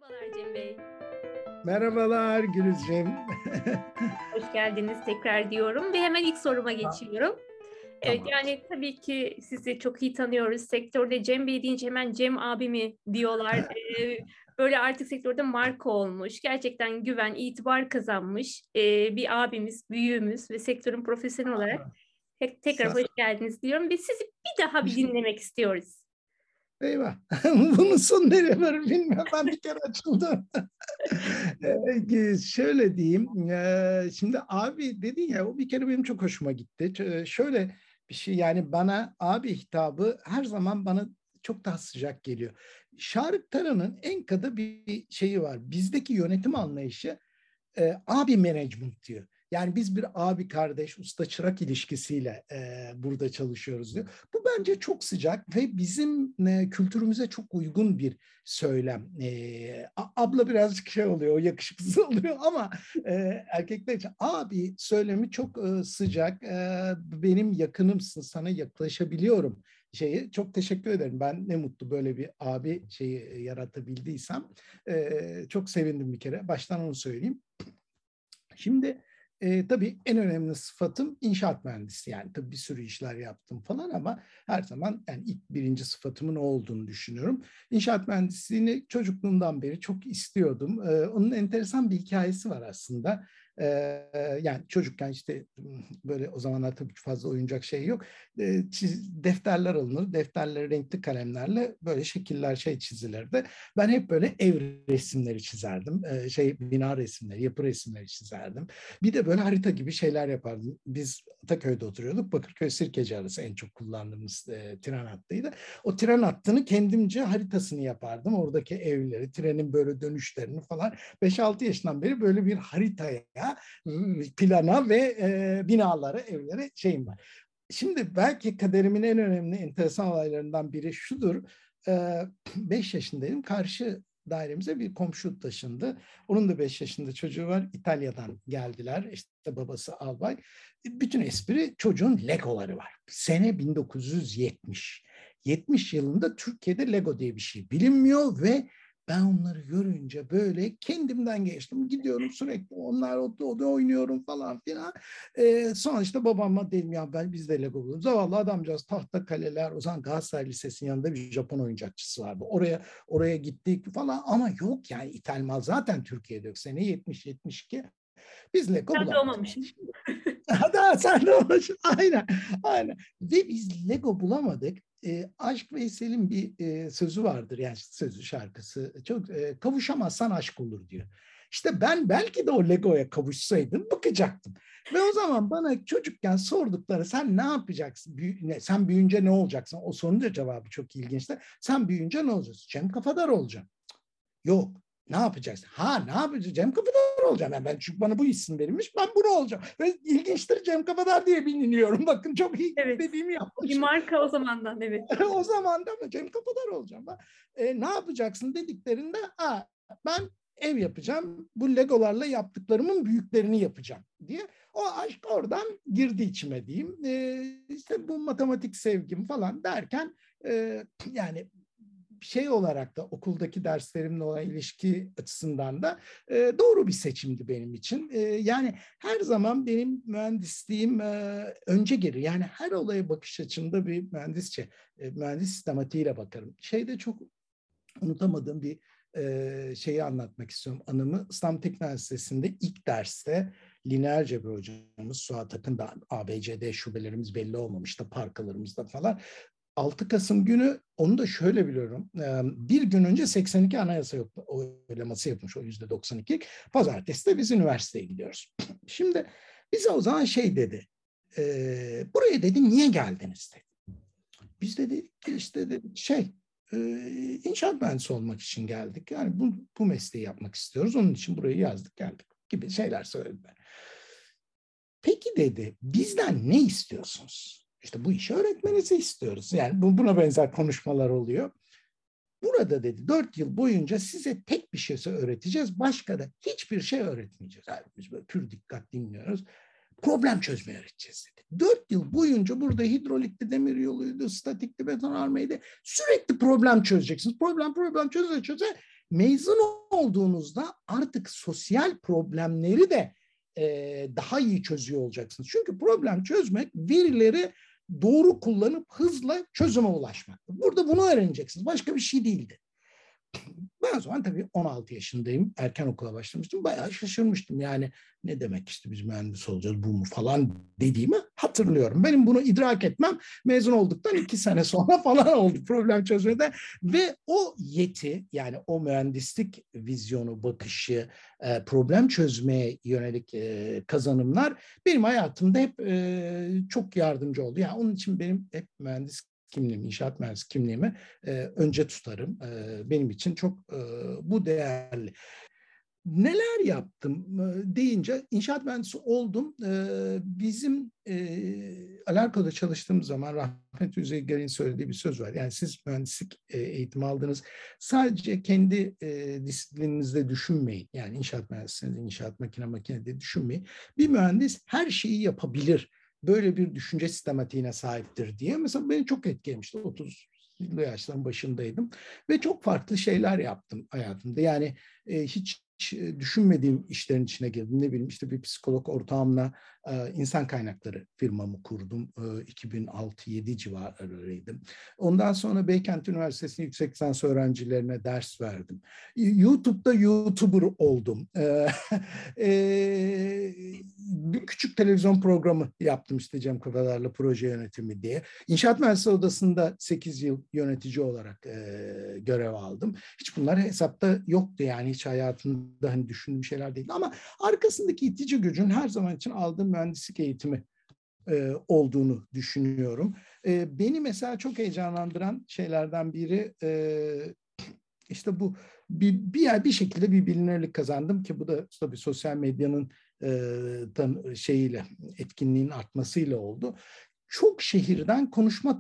Merhabalar Cem Bey. Merhabalar Gülüzcüğüm. Hoş geldiniz tekrar diyorum ve hemen ilk soruma geçiyorum. Evet, Tamamdır. yani tabii ki sizi çok iyi tanıyoruz. Sektörde Cem Bey deyince hemen Cem abi mi diyorlar. Böyle artık sektörde marka olmuş. Gerçekten güven, itibar kazanmış bir abimiz, büyüğümüz ve sektörün profesyonel olarak tekrar Sağ hoş geldiniz diyorum. Ve sizi bir daha bir işte, dinlemek istiyoruz. eyvah. Bunun son nereye varır bilmiyorum. Ben bir kere açıldım. Şöyle diyeyim. Şimdi abi dedin ya o bir kere benim çok hoşuma gitti. Şöyle bir şey yani bana abi hitabı her zaman bana çok daha sıcak geliyor. Şarık Taran'ın Enka'da bir şeyi var. Bizdeki yönetim anlayışı abi management diyor. Yani biz bir abi kardeş, usta çırak ilişkisiyle burada çalışıyoruz diyor. Bu bence çok sıcak ve bizim kültürümüze çok uygun bir söylem. Abla birazcık şey oluyor, yakışıksız oluyor ama erkekler için abi söylemi çok sıcak. Benim yakınımsın, sana yaklaşabiliyorum şeyi. Çok teşekkür ederim. Ben ne mutlu böyle bir abi şeyi yaratabildiysem. Çok sevindim bir kere. Baştan onu söyleyeyim. Şimdi tabii en önemli sıfatım inşaat mühendisi. Yani tabii bir sürü işler yaptım falan ama her zaman yani ilk birinci sıfatımın o olduğunu düşünüyorum. İnşaat mühendisliğini çocukluğumdan beri çok istiyordum. Onun enteresan bir hikayesi var aslında. E, Yani çocukken işte böyle o zamanlar tabii fazla oyuncak şey yok. Defterler alınır. Defterlere renkli kalemlerle böyle şekiller şey çizilirdi. Ben hep böyle ev resimleri çizerdim. Bina resimleri, yapı resimleri çizerdim. Bir de böyle harita gibi şeyler yapardım. Biz Ataköy'de oturuyorduk. Bakırköy Sirkeci arası en çok kullandığımız tren hattıydı. O tren hattını kendimce haritasını yapardım. Oradaki evleri, trenin böyle dönüşlerini falan. 5-6 yaşından beri böyle bir haritaya, plana ve binalara, evlere şeyim var. Şimdi belki kaderimin en önemli enteresan olaylarından biri şudur. 5 yaşındayım. Karşı dairemize bir komşu taşındı. Onun da 5 yaşında çocuğu var. İtalya'dan geldiler. İşte babası albay. Bütün espri çocuğun Legoları var. Sene 1970. 70 yılında Türkiye'de Lego diye bir şey bilinmiyor ve ben onları görünce böyle kendimden geçtim. Gidiyorum sürekli o da oynuyorum falan filan. Sonra işte babama dedim ya biz de Lego bulduk. Zavallı adamcağız tahta kaleler. O zaman Galatasaray Lisesi'nin yanında bir Japon oyuncakçısı vardı. Oraya gittik falan ama yok yani ithal mal zaten Türkiye'de yok. Sene 70-72 biz Lego Ben bulamadık. doğmamışım. Daha sen de olmuşsun. Aynen. Aynen. Ve biz Lego bulamadık. Aşk Veysel'in bir sözü vardır. Yani sözü şarkısı. Çok kavuşamazsan aşk olur diyor. İşte ben belki de o Lego'ya kavuşsaydım bakacaktım. Ve o zaman bana çocukken sordukları sen ne yapacaksın? Sen büyüyünce ne olacaksın? O sorunun da cevabı çok ilginçti. Sen büyüyünce ne olacaksın? Cem Kafadar olacağım. Yok. Ne yapacaksın? Ne yapacağım? Cem Kafadar olacağım. Yani ben çünkü bana bu isim verilmiş. Ben bunu olacağım. Ve ilginçtir Cem Kafadar diye biliniyorum. Bakın çok iyi Evet. dediğimi Bir yapmışım. marka o zamandan, evet. O zaman da mı Cem Kafadar olacağım ben. Ne yapacaksın dediklerinde ben ev yapacağım. Bu Legolarla yaptıklarımın büyüklerini yapacağım diye. O aşk oradan girdi içime diyeyim. İşte bu matematik sevgim falan derken yani şey olarak da okuldaki derslerimle olan ilişki açısından da doğru bir seçimdi benim için. Yani her zaman benim mühendisliğim önce gelir. Yani her olaya bakış açımda bir mühendis sistematiğiyle bakarım. Şeyde çok unutamadığım bir şeyi anlatmak istiyorum. Anımı İstanbul Teknik Üniversitesi'nde ilk derste lineer cebir hocamız Suat Akın'da ABCD şubelerimiz belli olmamıştı parkalarımızda falan. 6 Kasım günü onu da şöyle biliyorum. Bir gün önce 82 anayasa oylaması yapmış o %92. Pazartesi de biz üniversiteye gidiyoruz. Şimdi bize o zaman şey dedi. Buraya dedi niye geldiniz dedi. Biz de dedik ki işte dedik, inşaat mühendisi olmak için geldik. Yani bu mesleği yapmak istiyoruz. Onun için burayı yazdık geldik gibi şeyler söylediler. Peki dedi bizden ne istiyorsunuz? İşte bu işi öğretmenizi istiyoruz. Yani buna benzer konuşmalar oluyor. Burada dedi 4 yıl boyunca size tek bir şey öğreteceğiz. Başka da hiçbir şey öğretmeyeceğiz. Yani biz böyle pür dikkat dinliyoruz. Problem çözmeyi öğreteceğiz dedi. 4 yıl boyunca burada hidrolikti, demir yoluydu, statikti, betonarmeydi. Sürekli problem çözeceksiniz. Problem çöze. Mezun olduğunuzda artık sosyal problemleri de daha iyi çözüyor olacaksınız. Çünkü problem çözmek, verileri doğru kullanıp hızla çözüme ulaşmak. Burada bunu öğreneceksiniz. Başka bir şey değildi. Ben o zaman tabii 16 yaşındayım. Erken okula başlamıştım. Bayağı şaşırmıştım. Yani ne demek işte biz mühendis olacağız bu mu falan dediğimi hatırlıyorum. Benim bunu idrak etmem mezun olduktan 2 sene sonra falan oldu problem çözmede. Ve o yeti, yani o mühendislik vizyonu, bakışı, problem çözmeye yönelik kazanımlar benim hayatımda hep çok yardımcı oldu. Yani onun için benim hep mühendis kimliğimi, inşaat mühendisi kimliğimi önce tutarım. Benim için çok bu değerli. Neler yaptım deyince inşaat mühendisi oldum. Bizim Alarko'da çalıştığım zaman rahmetli Üzeyir Gari'nin söylediği bir söz var. Yani siz mühendislik eğitimi aldınız. Sadece kendi disiplininizde düşünmeyin. Yani inşaat mühendisliğinde, inşaat makinede düşünmeyin. Bir mühendis her şeyi yapabilir. Böyle bir düşünce sistematiğine sahiptir diye. Mesela beni çok etkilemişti. 30'lu yaşların başındaydım ve çok farklı şeyler yaptım hayatımda. Yani hiç düşünmediğim işlerin içine girdim. Ne bileyim işte bir psikolog ortağımla insan kaynakları firmamı kurdum. 2006-7 civarlarıydım. Ondan sonra Beykent Üniversitesi'nin yüksek lisans öğrencilerine ders verdim. YouTube'da YouTuber oldum. Bir küçük televizyon programı yaptım işte Cem Kafadar'la proje yönetimi diye. İnşaat Mühendisleri Odası'nda 8 yıl yönetici olarak görev aldım. Hiç bunlar hesapta yoktu yani hiç hayatımda hani düşündüğüm şeyler değildi ama arkasındaki itici gücün her zaman için aldığım mühendislik eğitimi olduğunu düşünüyorum. Beni mesela çok heyecanlandıran şeylerden biri işte bu bir şekilde bir bilinirlik kazandım ki bu da tabii sosyal medyanın etkinliğin artmasıyla oldu. Çok şehirden konuşma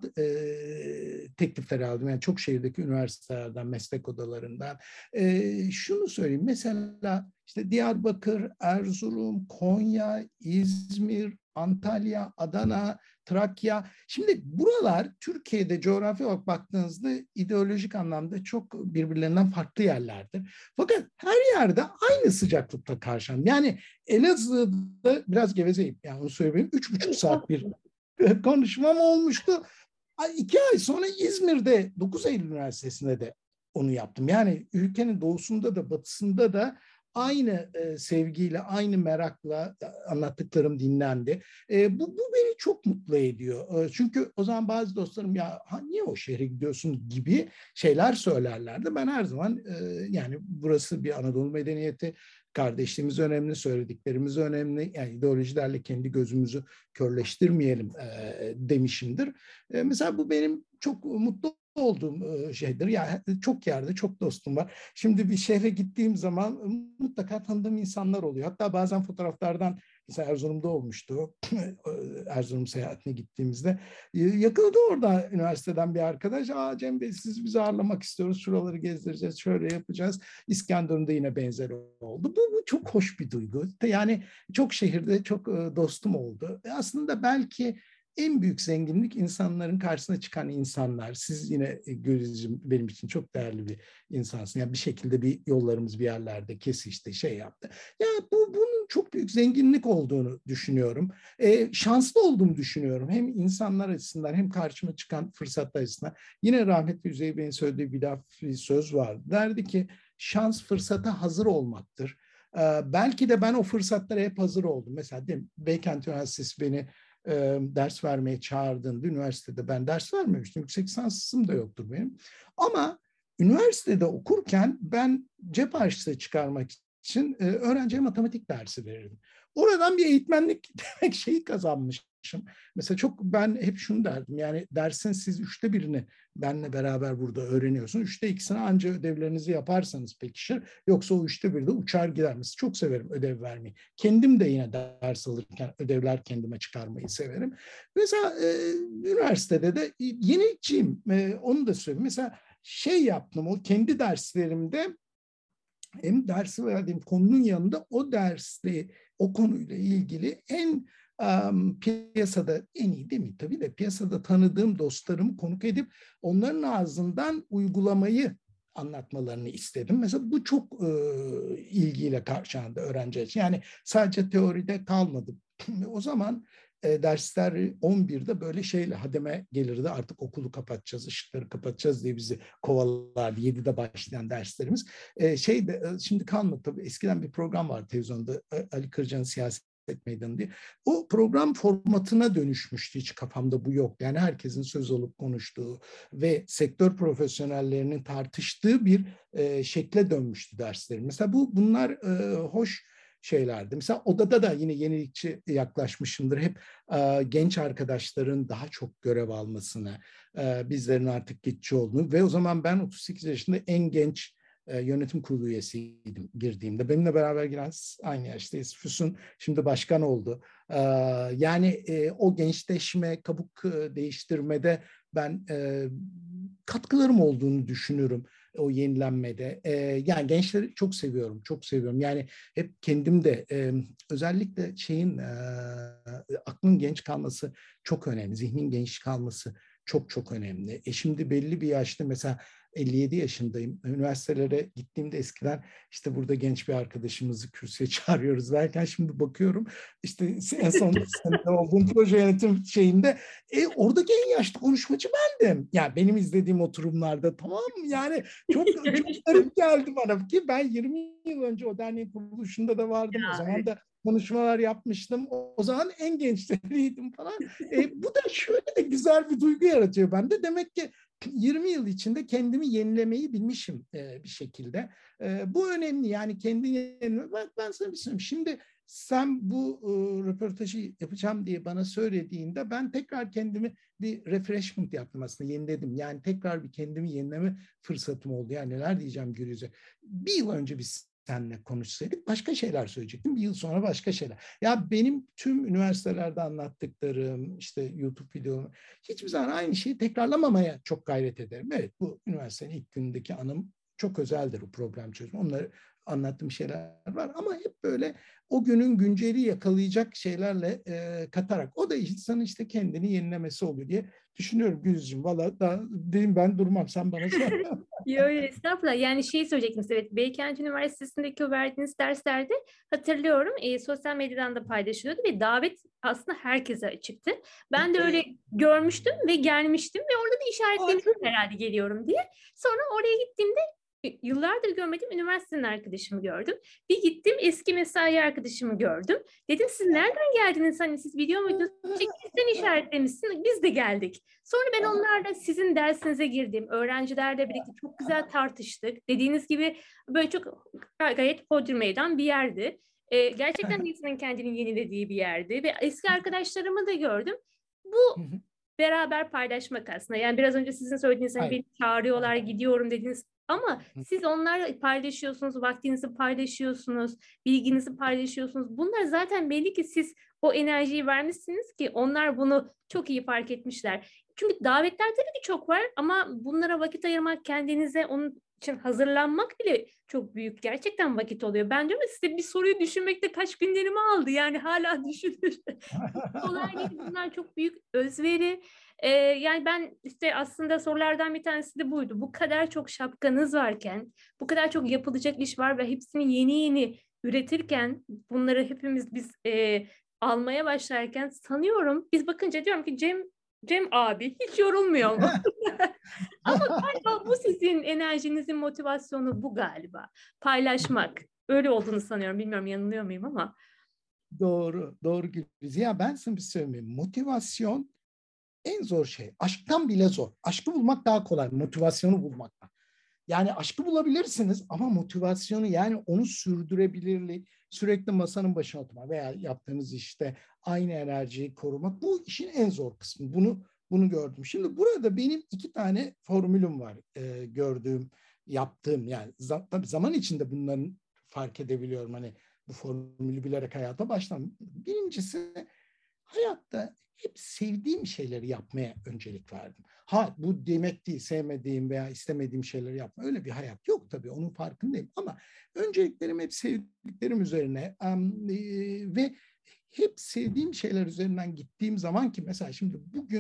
teklifleri aldım. Yani çok şehirdeki üniversitelerden, meslek odalarından. Şunu söyleyeyim. Mesela işte Diyarbakır, Erzurum, Konya, İzmir, Antalya, Adana, Trakya. Şimdi buralar Türkiye'de coğrafi olarak baktığınızda ideolojik anlamda çok birbirlerinden farklı yerlerdir. Fakat her yerde aynı sıcaklıkta karşılanır. Yani Elazığ'da biraz gevezeyim. Yani onu söyleyeyim. 3,5 saat bir konuşmam olmuştu. 2 ay sonra İzmir'de 9 Eylül Üniversitesi'nde de onu yaptım. Yani ülkenin doğusunda da batısında da aynı sevgiyle, aynı merakla anlattıklarım dinlendi. Bu beni çok mutlu ediyor. Çünkü o zaman bazı dostlarım ya niye o şehre gidiyorsun gibi şeyler söylerlerdi. Ben her zaman yani burası bir Anadolu medeniyeti, kardeşliğimiz önemli, söylediklerimiz önemli. Yani ideolojilerle kendi gözümüzü körleştirmeyelim demişimdir. Mesela bu benim çok mutlu olduğum şeydir. Yani çok yerde çok dostum var. Şimdi bir şehre gittiğim zaman mutlaka tanıdığım insanlar oluyor. Hatta bazen fotoğraflardan mesela Erzurum'da olmuştu. Erzurum seyahatine gittiğimizde yakaladı orada üniversiteden bir arkadaş. Cem Bey siz bizi ağırlamak istiyoruz. Şuraları gezdireceğiz. Şöyle yapacağız. İskenderun'da yine benzer oldu. Bu çok hoş bir duygu. Yani çok şehirde çok dostum oldu. Aslında belki en büyük zenginlik insanların karşısına çıkan insanlar. Siz yine Gülizciğim benim için çok değerli bir insansın. Yani bir şekilde bir yollarımız bir yerlerde kesişti, şey yaptı. Ya bunun çok büyük zenginlik olduğunu düşünüyorum. Şanslı olduğumu düşünüyorum. Hem insanlar açısından hem karşıma çıkan fırsatlar açısından. Yine rahmetli Üzeyir Bey'in söylediği bir söz vardı. Derdi ki şans fırsata hazır olmaktır. Belki de ben o fırsatlara hep hazır oldum. Mesela Beykent Üniversitesi beni ders vermeye çağırdığında üniversitede ben ders vermemiştim. Yüksek lisansım da yoktur benim. Ama üniversitede okurken ben cep harçlığı çıkarmak için öğrenciye matematik dersi verirdim. Oradan bir eğitmenlik demek şeyi kazanmışım. Mesela ben hep şunu derdim. Yani dersin siz 1/3'ini benle beraber burada öğreniyorsunuz. 2/3'ini anca ödevlerinizi yaparsanız pekişir. Yoksa o 1/3'de uçar gider. Mesela çok severim ödev vermeyi. Kendim de yine ders alırken ödevler kendime çıkarmayı severim. Mesela üniversitede de yenilikçiyim. Onu da söyleyeyim. Mesela yaptım o kendi derslerimde hem dersi verdiğim konunun yanında o derste o konuyla ilgili piyasada en iyi değil mi? Tabii de piyasada tanıdığım dostlarımı konuk edip onların ağzından uygulamayı anlatmalarını istedim. Mesela bu çok ilgiyle karşılandı öğrenciler için. Yani sadece teoride kalmadı. O zaman dersler 11'de böyle şeyle hademe gelirdi. Artık okulu kapatacağız, ışıkları kapatacağız diye bizi kovalardı. 7'de başlayan derslerimiz. Şimdi kalmadı tabii. Eskiden bir program vardı televizyonda, Ali Kırca'nın Siyaset Meydanı diye. O program formatına dönüşmüştü. Hiç kafamda bu yok. Yani herkesin söz alıp konuştuğu ve sektör profesyonellerinin tartıştığı bir şekle dönmüştü derslerim. Mesela bunlar hoş şeylerdi. Mesela odada da yine yenilikçi yaklaşmışımdır. Hep genç arkadaşların daha çok görev almasını, bizlerin artık geçici olduğunu ve o zaman ben 38 yaşında en genç yönetim kurulu üyesiydim girdiğimde. Benimle beraber giren aynı yaştayız. Füsun şimdi başkan oldu. Yani o gençleşme, kabuk değiştirmede ben katkılarım olduğunu düşünüyorum o yenilenmede. Yani gençleri çok seviyorum, çok seviyorum. Yani hep kendim de özellikle aklın genç kalması çok önemli. Zihnin genç kalması çok çok önemli. Şimdi belli bir yaşta mesela 57 yaşındayım. Üniversitelere gittiğimde eskiden işte burada genç bir arkadaşımızı kürsüye çağırıyoruz derken şimdi bakıyorum işte en son senede olduğum proje yönetim şeyinde oradaki en yaşlı konuşmacı bendim. Yani benim izlediğim oturumlarda, tamam mı? Yani çok çok garip geldi bana ki ben 20 yıl önce o derneğin kuruluşunda da vardım. O zaman da konuşmalar yapmıştım. O zaman en gençleriydim falan. Bu da şöyle de güzel bir duygu yaratıyor bende. Demek ki 20 yıl içinde kendimi yenilemeyi bilmişim bir şekilde. Bu önemli, yani kendini yenileme. Ben sana bir söyleyeyim. Şimdi sen bu röportajı yapacağım diye bana söylediğinde ben tekrar kendimi bir refreshment yaptım aslında, yeniledim. Yani tekrar bir kendimi yenileme fırsatım oldu. Yani neler diyeceğim Gürüz'e. Bir yıl önce biz seninle konuşsaydık başka şeyler söyleyecektim. Bir yıl sonra başka şeyler. Ya benim tüm üniversitelerde anlattıklarım, işte YouTube videolarım, hiçbir zaman aynı şeyi tekrarlamamaya çok gayret ederim. Evet, bu üniversitenin ilk günündeki anım çok özeldir, o problem çözümü. Onları anlattığım şeyler var ama hep böyle o günün günceli yakalayacak şeylerle katarak. O da insanın işte kendini yenilemesi oluyor diye düşünüyorum Gülüzcüğüm. Valla da dedim, ben durmam, sen bana söyle. Yok, estağfurullah. Yani şeyi söyleyecektim size. Evet, Beykent Üniversitesi'ndeki o verdiğiniz derslerde hatırlıyorum, sosyal medyadan da paylaşılıyordu ve davet aslında herkese açıktı. Ben de öyle görmüştüm ve gelmiştim ve orada da işaretlemiştim herhalde geliyorum diye. Sonra oraya gittiğimde yıllardır görmediğim üniversitenin arkadaşımı gördüm. Bir gittim, eski mesai arkadaşımı gördüm. Dedim, siz nereden geldiniz? Hani siz biliyor muydunuz? Sen işaretlemişsin, biz de geldik. Sonra ben onlarla sizin dersinize girdim. Öğrencilerle birlikte çok güzel tartıştık. Dediğiniz gibi böyle çok gayet hodri meydan bir yerdi. Gerçekten insanın kendini yenilediği bir yerdi. Ve eski arkadaşlarımı da gördüm. Bu beraber paylaşmak aslında. Yani biraz önce sizin söylediğiniz, hani beni çağırıyorlar, gidiyorum dediniz. Ama siz onlarla paylaşıyorsunuz, vaktinizi paylaşıyorsunuz, bilginizi paylaşıyorsunuz. Bunlar zaten belli ki siz o enerjiyi vermişsiniz ki onlar bunu çok iyi fark etmişler. Çünkü davetler tabii ki çok var ama bunlara vakit ayırmak, kendinize onun için hazırlanmak bile çok büyük gerçekten vakit oluyor. Ben diyorum ya, size bir soruyu düşünmekte kaç günlerimi aldı. Yani hala düşünür. Kolay değil. Bunlar çok büyük özveri. Yani ben işte aslında sorulardan bir tanesi de buydu. Bu kadar çok şapkanız varken, bu kadar çok yapılacak iş var ve hepsini yeni yeni üretirken, bunları hepimiz biz almaya başlarken sanıyorum, biz bakınca diyorum ki Cem abi hiç yorulmuyor mu? Ama galiba bu sizin enerjinizin motivasyonu bu galiba. Paylaşmak. Öyle olduğunu sanıyorum. Bilmiyorum, yanılıyor muyum ama. Doğru, doğru Gülüz. Ya ben sana bir söyleyeyim. Motivasyon en zor şey. Aşktan bile zor. Aşkı bulmak daha kolay motivasyonu bulmaktan. Yani aşkı bulabilirsiniz ama motivasyonu, yani onu sürdürebilirlik, sürekli masanın başına oturmak veya yaptığınız işte aynı enerjiyi korumak, bu işin en zor kısmı. Bunu gördüm. Şimdi burada benim 2 tane formülüm var gördüğüm, yaptığım, yani tabii zaman içinde bunların fark edebiliyorum. Hani bu formülü bilerek hayata başlamam. Birincisi, hayatta hep sevdiğim şeyleri yapmaya öncelik verdim. Ha, bu demek değil sevmediğim veya istemediğim şeyleri yapma. Öyle bir hayat yok tabii, onun farkındayım. Ama önceliklerim hep sevdiklerim üzerine ve hep sevdiğim şeyler üzerinden gittiğim zaman, ki mesela şimdi bugün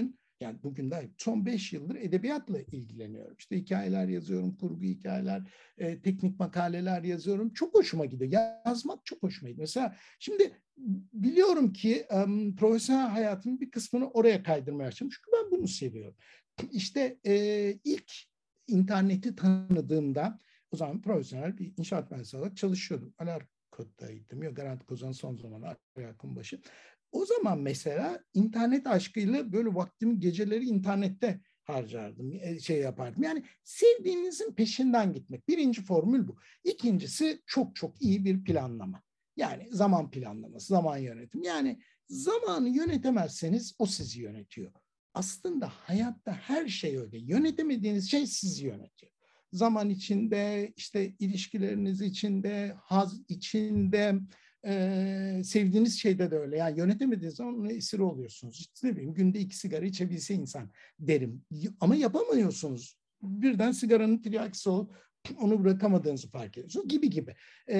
Yani bugün de son 5 yıldır edebiyatla ilgileniyorum. İşte hikayeler yazıyorum, kurgu hikayeler, teknik makaleler yazıyorum. Çok hoşuma gidiyor. Yazmak çok hoşuma gidiyor. Mesela şimdi biliyorum ki profesyonel hayatımın bir kısmını oraya kaydırmaya başladım. Çünkü ben bunu seviyorum. İşte ilk interneti tanıdığımda o zaman profesyonel bir inşaat mühendisi olarak çalışıyordum. Alarko'daydım. Ya Garanti Kozan'ın son zamanı Alarko'nun başı. O zaman mesela internet aşkıyla böyle vaktimi geceleri internette harcardım, şey yapardım. Yani sevdiğinizin peşinden gitmek. Birinci formül bu. İkincisi çok çok iyi bir planlama. Yani zaman planlaması, zaman yönetimi. Yani zamanı yönetemezseniz o sizi yönetiyor. Aslında hayatta her şey öyle. Yönetemediğiniz şey sizi yönetiyor. Zaman içinde, işte ilişkileriniz içinde, haz içinde, sevdiğiniz şeyde de öyle. Yani yönetemediğiniz zaman ona esir oluyorsunuz. İşte ne bileyim, günde 2 sigara içebilse insan derim. Ama yapamıyorsunuz. Birden sigaranın tiryakisi olup onu bırakamadığınızı fark ediyorsunuz gibi gibi.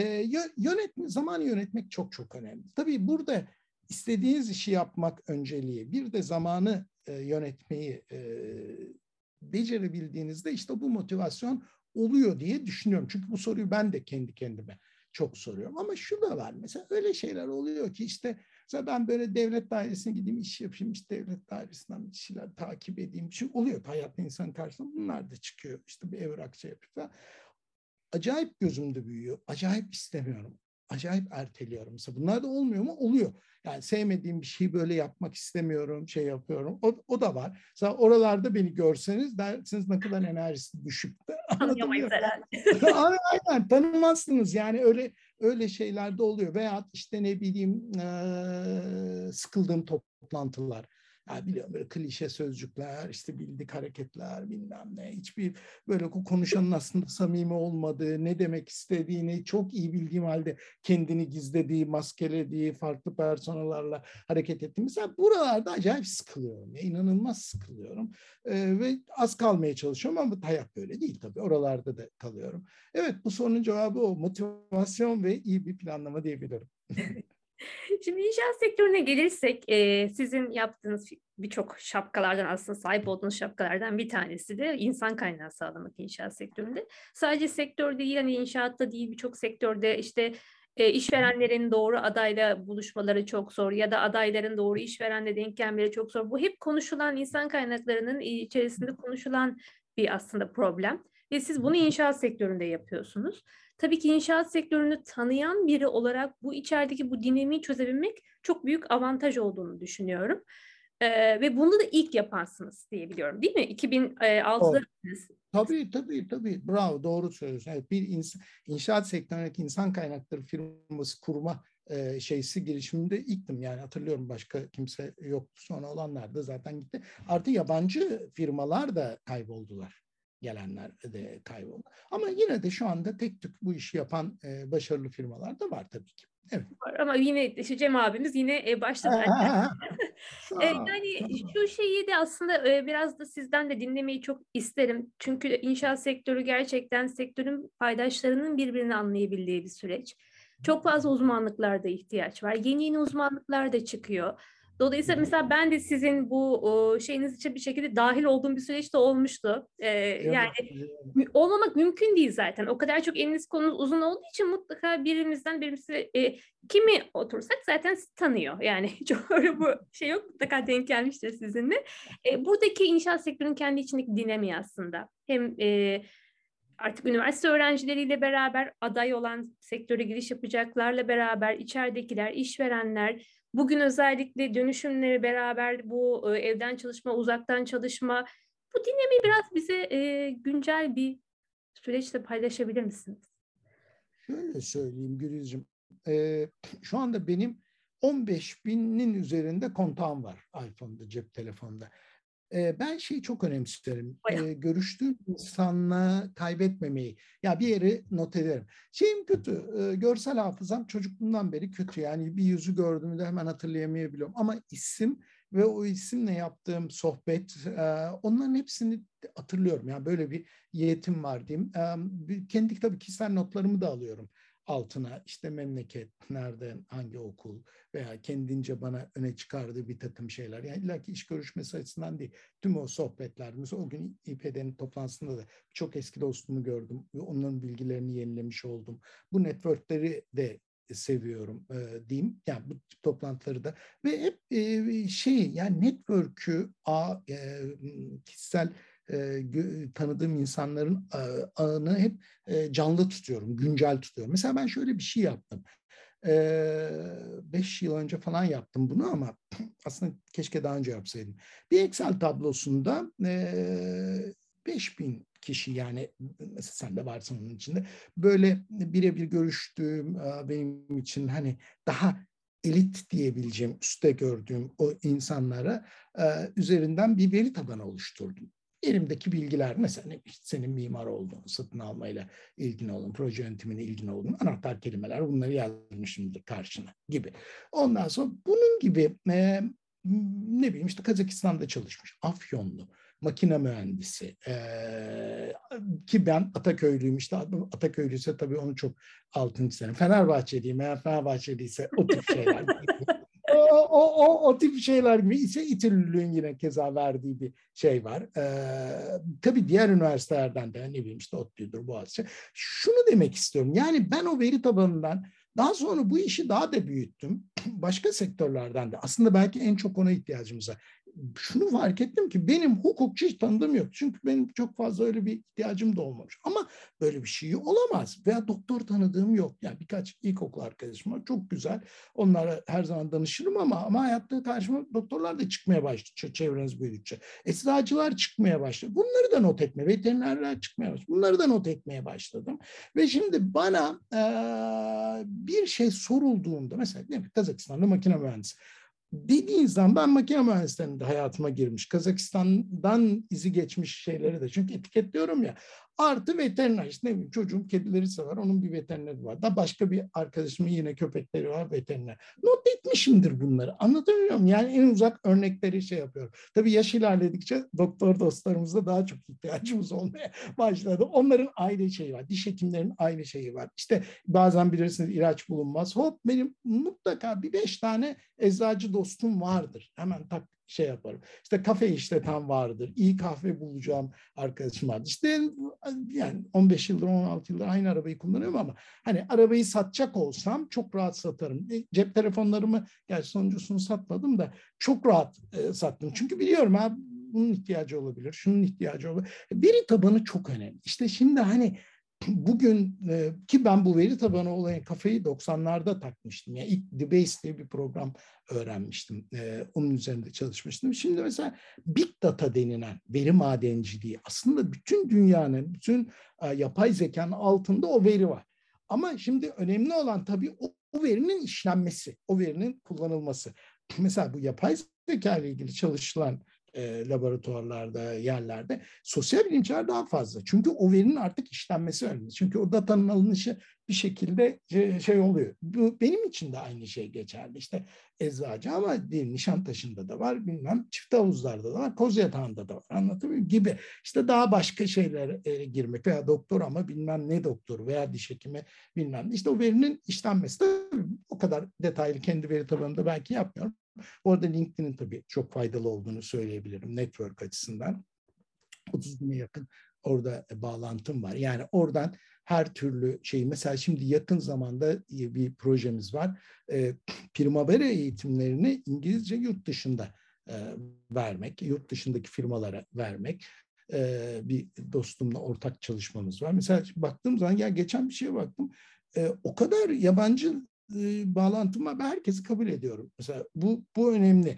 Zamanı yönetmek çok çok önemli. Tabii burada istediğiniz işi yapmak önceliği. Bir de zamanı yönetmeyi becerebildiğinizde işte bu motivasyon oluyor diye düşünüyorum. Çünkü bu soruyu ben de kendi kendime çok soruyorum. Ama şu da var mesela, öyle şeyler oluyor ki işte mesela ben böyle devlet dairesine gideyim, iş yapayım, işte devlet dairesinden bir şeyler takip edeyim. Bir şey oluyor hayatta, insanın karşısına bunlar da çıkıyor. İşte bir evrakça yapıyor falan. Acayip gözümde büyüyor. Acayip istemiyorum. Acayip erteliyorum. Mesela bunlar da olmuyor mu? Oluyor. Yani sevmediğim bir şeyi böyle yapmak istemiyorum, şey yapıyorum. O da var. Mesela oralarda beni görseniz dersiniz ne kadar enerjisi düşük. Tanıyamayız Anlatabiliyor herhalde. muyum? Aynen tanımazsınız. Yani öyle şeyler de oluyor. Veyahut işte ne bileyim sıkıldığım toplantılar. Yani biliyorum, böyle klişe sözcükler, işte bildik hareketler, bilmem ne. Hiçbir böyle konuşanın aslında samimi olmadığı, ne demek istediğini çok iyi bildiğim halde kendini gizlediği, maskelediği, farklı personalarla hareket ettiğim. Mesela buralarda acayip sıkılıyorum. Ya, inanılmaz sıkılıyorum. Ve az kalmaya çalışıyorum ama hayat böyle değil tabii. Oralarda da kalıyorum. Evet, bu sorunun cevabı o. Motivasyon ve iyi bir planlama diyebilirim. Şimdi inşaat sektörüne gelirsek, sizin yaptığınız birçok şapkalardan, aslında sahip olduğunuz şapkalardan bir tanesi de insan kaynağı sağlamak inşaat sektöründe. Sadece sektör değil, hani inşaatta değil, birçok sektörde işte işverenlerin doğru adayla buluşmaları çok zor ya da adayların doğru işverenle denk gelmeleri çok zor. Bu hep konuşulan, insan kaynaklarının içerisinde konuşulan bir aslında problem. Ve siz bunu inşaat sektöründe yapıyorsunuz. Tabii ki inşaat sektörünü tanıyan biri olarak bu içerideki bu dinamiği çözebilmek çok büyük avantaj olduğunu düşünüyorum. Ve bunu da ilk yaparsınız diye biliyorum, değil mi? 2006'da. O, tabii. Bravo, doğru söylüyorsun. Evet, inşaat sektöründeki insan kaynakları firması kurma girişiminde ilktim. Yani hatırlıyorum, başka kimse yoktu. Sonra olanlar da zaten gitti. Artı yabancı firmalar da kayboldular. Gelenler de kayboldu. Ama yine de şu anda tek tük bu işi yapan başarılı firmalar da var tabii ki. Evet. Ama yine işte Cem abimiz yine başta zaten. Sağ Yani ol. şu şeyi de aslında biraz da sizden de dinlemeyi çok isterim. Çünkü inşaat sektörü gerçekten sektörün paydaşlarının birbirini anlayabildiği bir süreç. Çok fazla uzmanlıklarda ihtiyaç var. Yeni uzmanlıklar da çıkıyor. Dolayısıyla mesela ben de sizin bu şeyiniz için bir şekilde dahil olduğum bir süreçte olmuştu. Yani olmamak mümkün değil zaten. O kadar çok eliniz kolunuz uzun olduğu için mutlaka birisi kimi otursak zaten tanıyor. Yani çok öyle bu şey yok. Mutlaka denk gelmiştir sizinle. Buradaki inşaat sektörünün kendi içindeki dinamiği aslında. Hem artık üniversite öğrencileriyle beraber, aday olan sektöre giriş yapacaklarla beraber, içeridekiler, işverenler, bugün özellikle dönüşümleri beraber, bu evden çalışma, uzaktan çalışma, bu dinamiği biraz bize güncel bir süreçte paylaşabilir misiniz? Şöyle söyleyeyim Gülizciğim. Şu anda benim 15 binin üzerinde kontağım var iPhone'da, cep telefonunda. Ben şeyi çok önemserim. Bayağı. Görüştüğüm insanla kaybetmemeyi. Ya bir yeri not ederim. Şeyim kötü. Görsel hafızam çocukluğumdan beri kötü. Yani bir yüzü gördüğümde hemen hatırlayamayabiliyorum. Ama isim ve o isimle yaptığım sohbet, onların hepsini hatırlıyorum. Yani böyle bir yetim var diyeyim. Kendi tabii kişisel notlarımı da alıyorum altına. İşte memleket, nereden, hangi okul veya kendince bana öne çıkardığı bir takım şeyler. Yani illaki iş görüşmesi açısından değil. Tüm o sohbetler. Mesela o gün İPD'nin toplantısında da çok eski dostumu gördüm. Onların bilgilerini yenilemiş oldum. Bu networkleri de seviyorum diyeyim. Yani bu toplantıları da ve hep yani network'ü kişisel tanıdığım insanların ağını hep canlı tutuyorum, güncel tutuyorum. Mesela ben şöyle bir şey yaptım. 5 yıl önce falan yaptım bunu ama aslında keşke daha önce yapsaydım. Bir Excel tablosunda 5.000 kişi, yani mesela sen de varsın onun içinde, böyle birebir görüştüğüm, benim için hani daha elit diyebileceğim, üstte gördüğüm o insanlara üzerinden bir veri tabanı oluşturdum. Elimdeki bilgiler, mesela işte senin mimar olduğunu, satın almayla ilgin olduğunu, proje yönetimine ilgin olduğunu, anahtar kelimeler, bunları yazmışımdır karşına gibi. Ondan sonra bunun gibi ne bileyim işte Kazakistan'da çalışmış, Afyonlu, makine mühendisi, ki ben Ataköylüyüm, işte Ataköylüyse tabii onu çok altını çizerim. Fenerbahçeliyim, eğer Fenerbahçeliyse o tip şeyler. O tip şeyler gibi ise İTÜ'lülüğün yine keza verdiği bir şey var. Tabii diğer üniversitelerden de ne bileyim işte ODTÜ'dür, Boğaziçi. Şunu demek istiyorum. Yani ben o veri tabanından daha sonra bu işi daha da büyüttüm. Başka sektörlerden de. Aslında belki en çok ona ihtiyacımız var. Şunu fark ettim ki benim hukukçu hiç tanıdığım yok. Çünkü benim çok fazla öyle bir ihtiyacım da olmamış. Ama böyle bir şey olamaz. Veya doktor tanıdığım yok. Yani birkaç ilkokul arkadaşım var. Çok güzel. Onlara her zaman danışırım ama hayatta karşıma doktorlar da çıkmaya başladı. Çevreniz büyüdükçe. Eczacılar çıkmaya başladı. Bunları da not etmeye, veterinerler çıkmaya başladı. Bunları da not etmeye başladım. Ve şimdi bana bir şey sorulduğunda, mesela ne, Kazakistan'da makine mühendisi dediğin zaman, ben makine mühendislerinin de hayatıma girmiş, Kazakistan'dan izi geçmiş şeyleri de, çünkü etiketliyorum ya, artı veteriner, işte ne bileyim çocuğum kedileri sever, onun bir veterineri var, da başka bir arkadaşımın yine köpekleri var, veteriner. Not etmişimdir bunları, anlatabiliyor muyum? Yani en uzak örnekleri şey yapıyorum. Tabii yaş ilerledikçe doktor dostlarımıza daha çok ihtiyacımız olmaya başladı. Onların ayrı şeyi var, diş hekimlerinin ayrı şeyi var. İşte bazen bilirsiniz ilaç bulunmaz. Hop, benim mutlaka bir 5 tane eczacı dostum vardır. Hemen tak şey yaparım. İşte kafe işleten vardır. İyi kahve bulacağım arkadaşım vardır. İşte yani 15 yıldır 16 yıldır aynı arabayı kullanıyorum ama hani arabayı satacak olsam çok rahat satarım. Cep telefonlarımı, gerçi sonuncusunu satmadım da, çok rahat sattım. Çünkü biliyorum abi, bunun ihtiyacı olabilir, şunun ihtiyacı olabilir. Veri tabanı çok önemli. İşte şimdi hani bugün ki ben bu veri tabanı olayın kafayı 90'larda takmıştım. Yani ilk DBase diye bir program öğrenmiştim. Onun üzerinde çalışmıştım. Şimdi mesela Big Data denilen veri madenciliği, aslında bütün dünyanın, bütün yapay zekanın altında o veri var. Ama şimdi önemli olan tabii o verinin işlenmesi, o verinin kullanılması. Mesela bu yapay zeka ile ilgili çalışılan laboratuvarlarda, yerlerde sosyal bilimciler daha fazla. Çünkü o verinin artık işlenmesi önemli. Çünkü o datanın alınışı bir şekilde şey oluyor. Bu, benim için de aynı şey geçerli. İşte eczacı ama değil, Nişantaşı'nda da var, bilmem Çifte Havuzlar'da da var, Kozyatağı'nda da var. Anlatabiliyor muyum? Gibi. İşte daha başka şeylere girmek veya doktor ama bilmem ne doktoru veya diş hekimi bilmem ne. İşte o verinin işlenmesi. Tabii o kadar detaylı kendi veri tabanımda belki yapmıyorum. Orada LinkedIn'in tabii çok faydalı olduğunu söyleyebilirim network açısından. 30 bine yakın orada bağlantım var. Yani oradan her türlü şeyi, mesela şimdi yakın zamanda bir projemiz var. Primavera eğitimlerini İngilizce yurt dışında vermek, yurt dışındaki firmalara vermek. Bir dostumla ortak çalışmamız var. Mesela baktığım zaman, ya geçen bir şeye baktım. O kadar yabancı bağlantım var. Ben herkesi kabul ediyorum. Mesela bu önemli.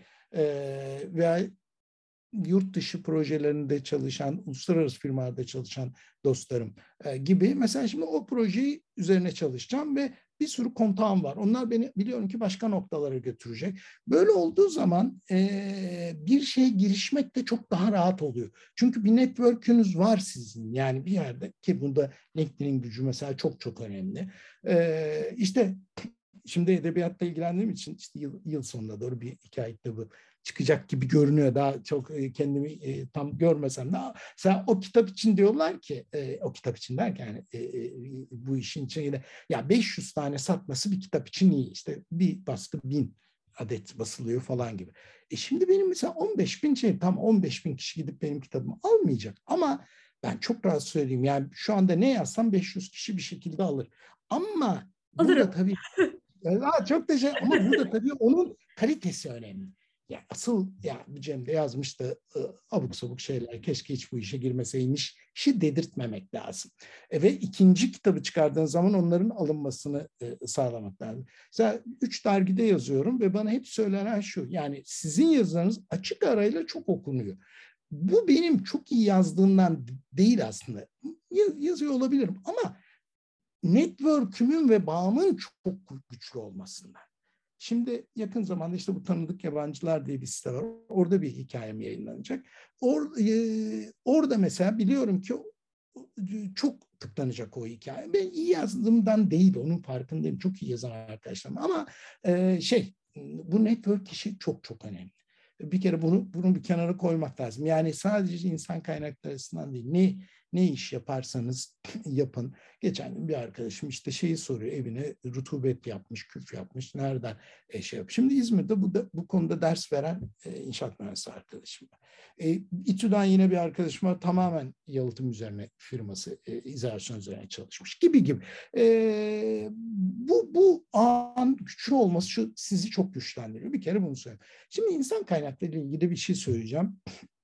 Veya yurt dışı projelerinde çalışan, uluslararası firmalarda çalışan dostlarım gibi. Mesela şimdi o projeyi üzerine çalışacağım ve bir sürü kontağım var. Onlar beni biliyorum ki başka noktalara götürecek. Böyle olduğu zaman bir şeye girişmek de çok daha rahat oluyor. Çünkü bir network'ünüz var sizin. Yani bir yerde, ki bunda LinkedIn'in gücü mesela çok çok önemli. İşte şimdi edebiyatla ilgilendiğim için işte yıl sonuna doğru bir hikaye kitabı çıkacak gibi görünüyor. Daha çok kendimi tam görmesem de. Mesela o kitap için diyorlar ki, o kitap için derken yani, bu işin içine ya 500 tane satması bir kitap için iyi. İşte bir baskı 1000 adet basılıyor falan gibi. Şimdi benim mesela 15 bin tam 15 bin kişi gidip benim kitabımı almayacak. Ama ben çok rahat söyleyeyim, yani şu anda ne yazsam 500 kişi bir şekilde alır. Ama burada Alırım. tabii çok da ama burada tabii onun kalitesi önemli. Ya asıl ya Cem de yazmış da abuk sabuk şeyler, keşke hiç bu işe girmeseymiş dedirtmemek lazım. Ve ikinci kitabı çıkardığın zaman onların alınmasını sağlamak lazım. Mesela 3 dergide yazıyorum ve bana hep söylenen şu, yani sizin yazılarınız açık arayla çok okunuyor. Bu benim çok iyi yazdığımdan değil aslında. Yazıyor olabilirim ama network'ümün ve bağımın çok güçlü olmasından. Şimdi yakın zamanda işte bu Tanıdık Yabancılar diye bir site var. Orada bir hikayem yayınlanacak. Orada mesela biliyorum ki çok tıklanacak o hikaye. Ben iyi yazdığımdan değil, onun farkındayım. Çok iyi yazan arkadaşlarım. Ama bu network işi çok çok önemli. Bir kere bunu bir kenara koymak lazım. Yani sadece insan kaynakları açısından değil. Ne iş yaparsanız yapın. Geçen gün bir arkadaşım işte şeyi soruyor, evine rutubet yapmış, küf yapmış. Nereden şey yapıyor? Şimdi İzmir'de bu konuda ders veren inşaat mühendisi arkadaşım var. İTÜ'den yine bir arkadaşım var. Tamamen yalıtım üzerine firması, izolasyon üzerine çalışmış gibi. Bu ağın güçlü olması sizi çok güçlendiriyor. Bir kere bunu söyleyeyim. Şimdi insan kaynakları ile ilgili bir şey söyleyeceğim.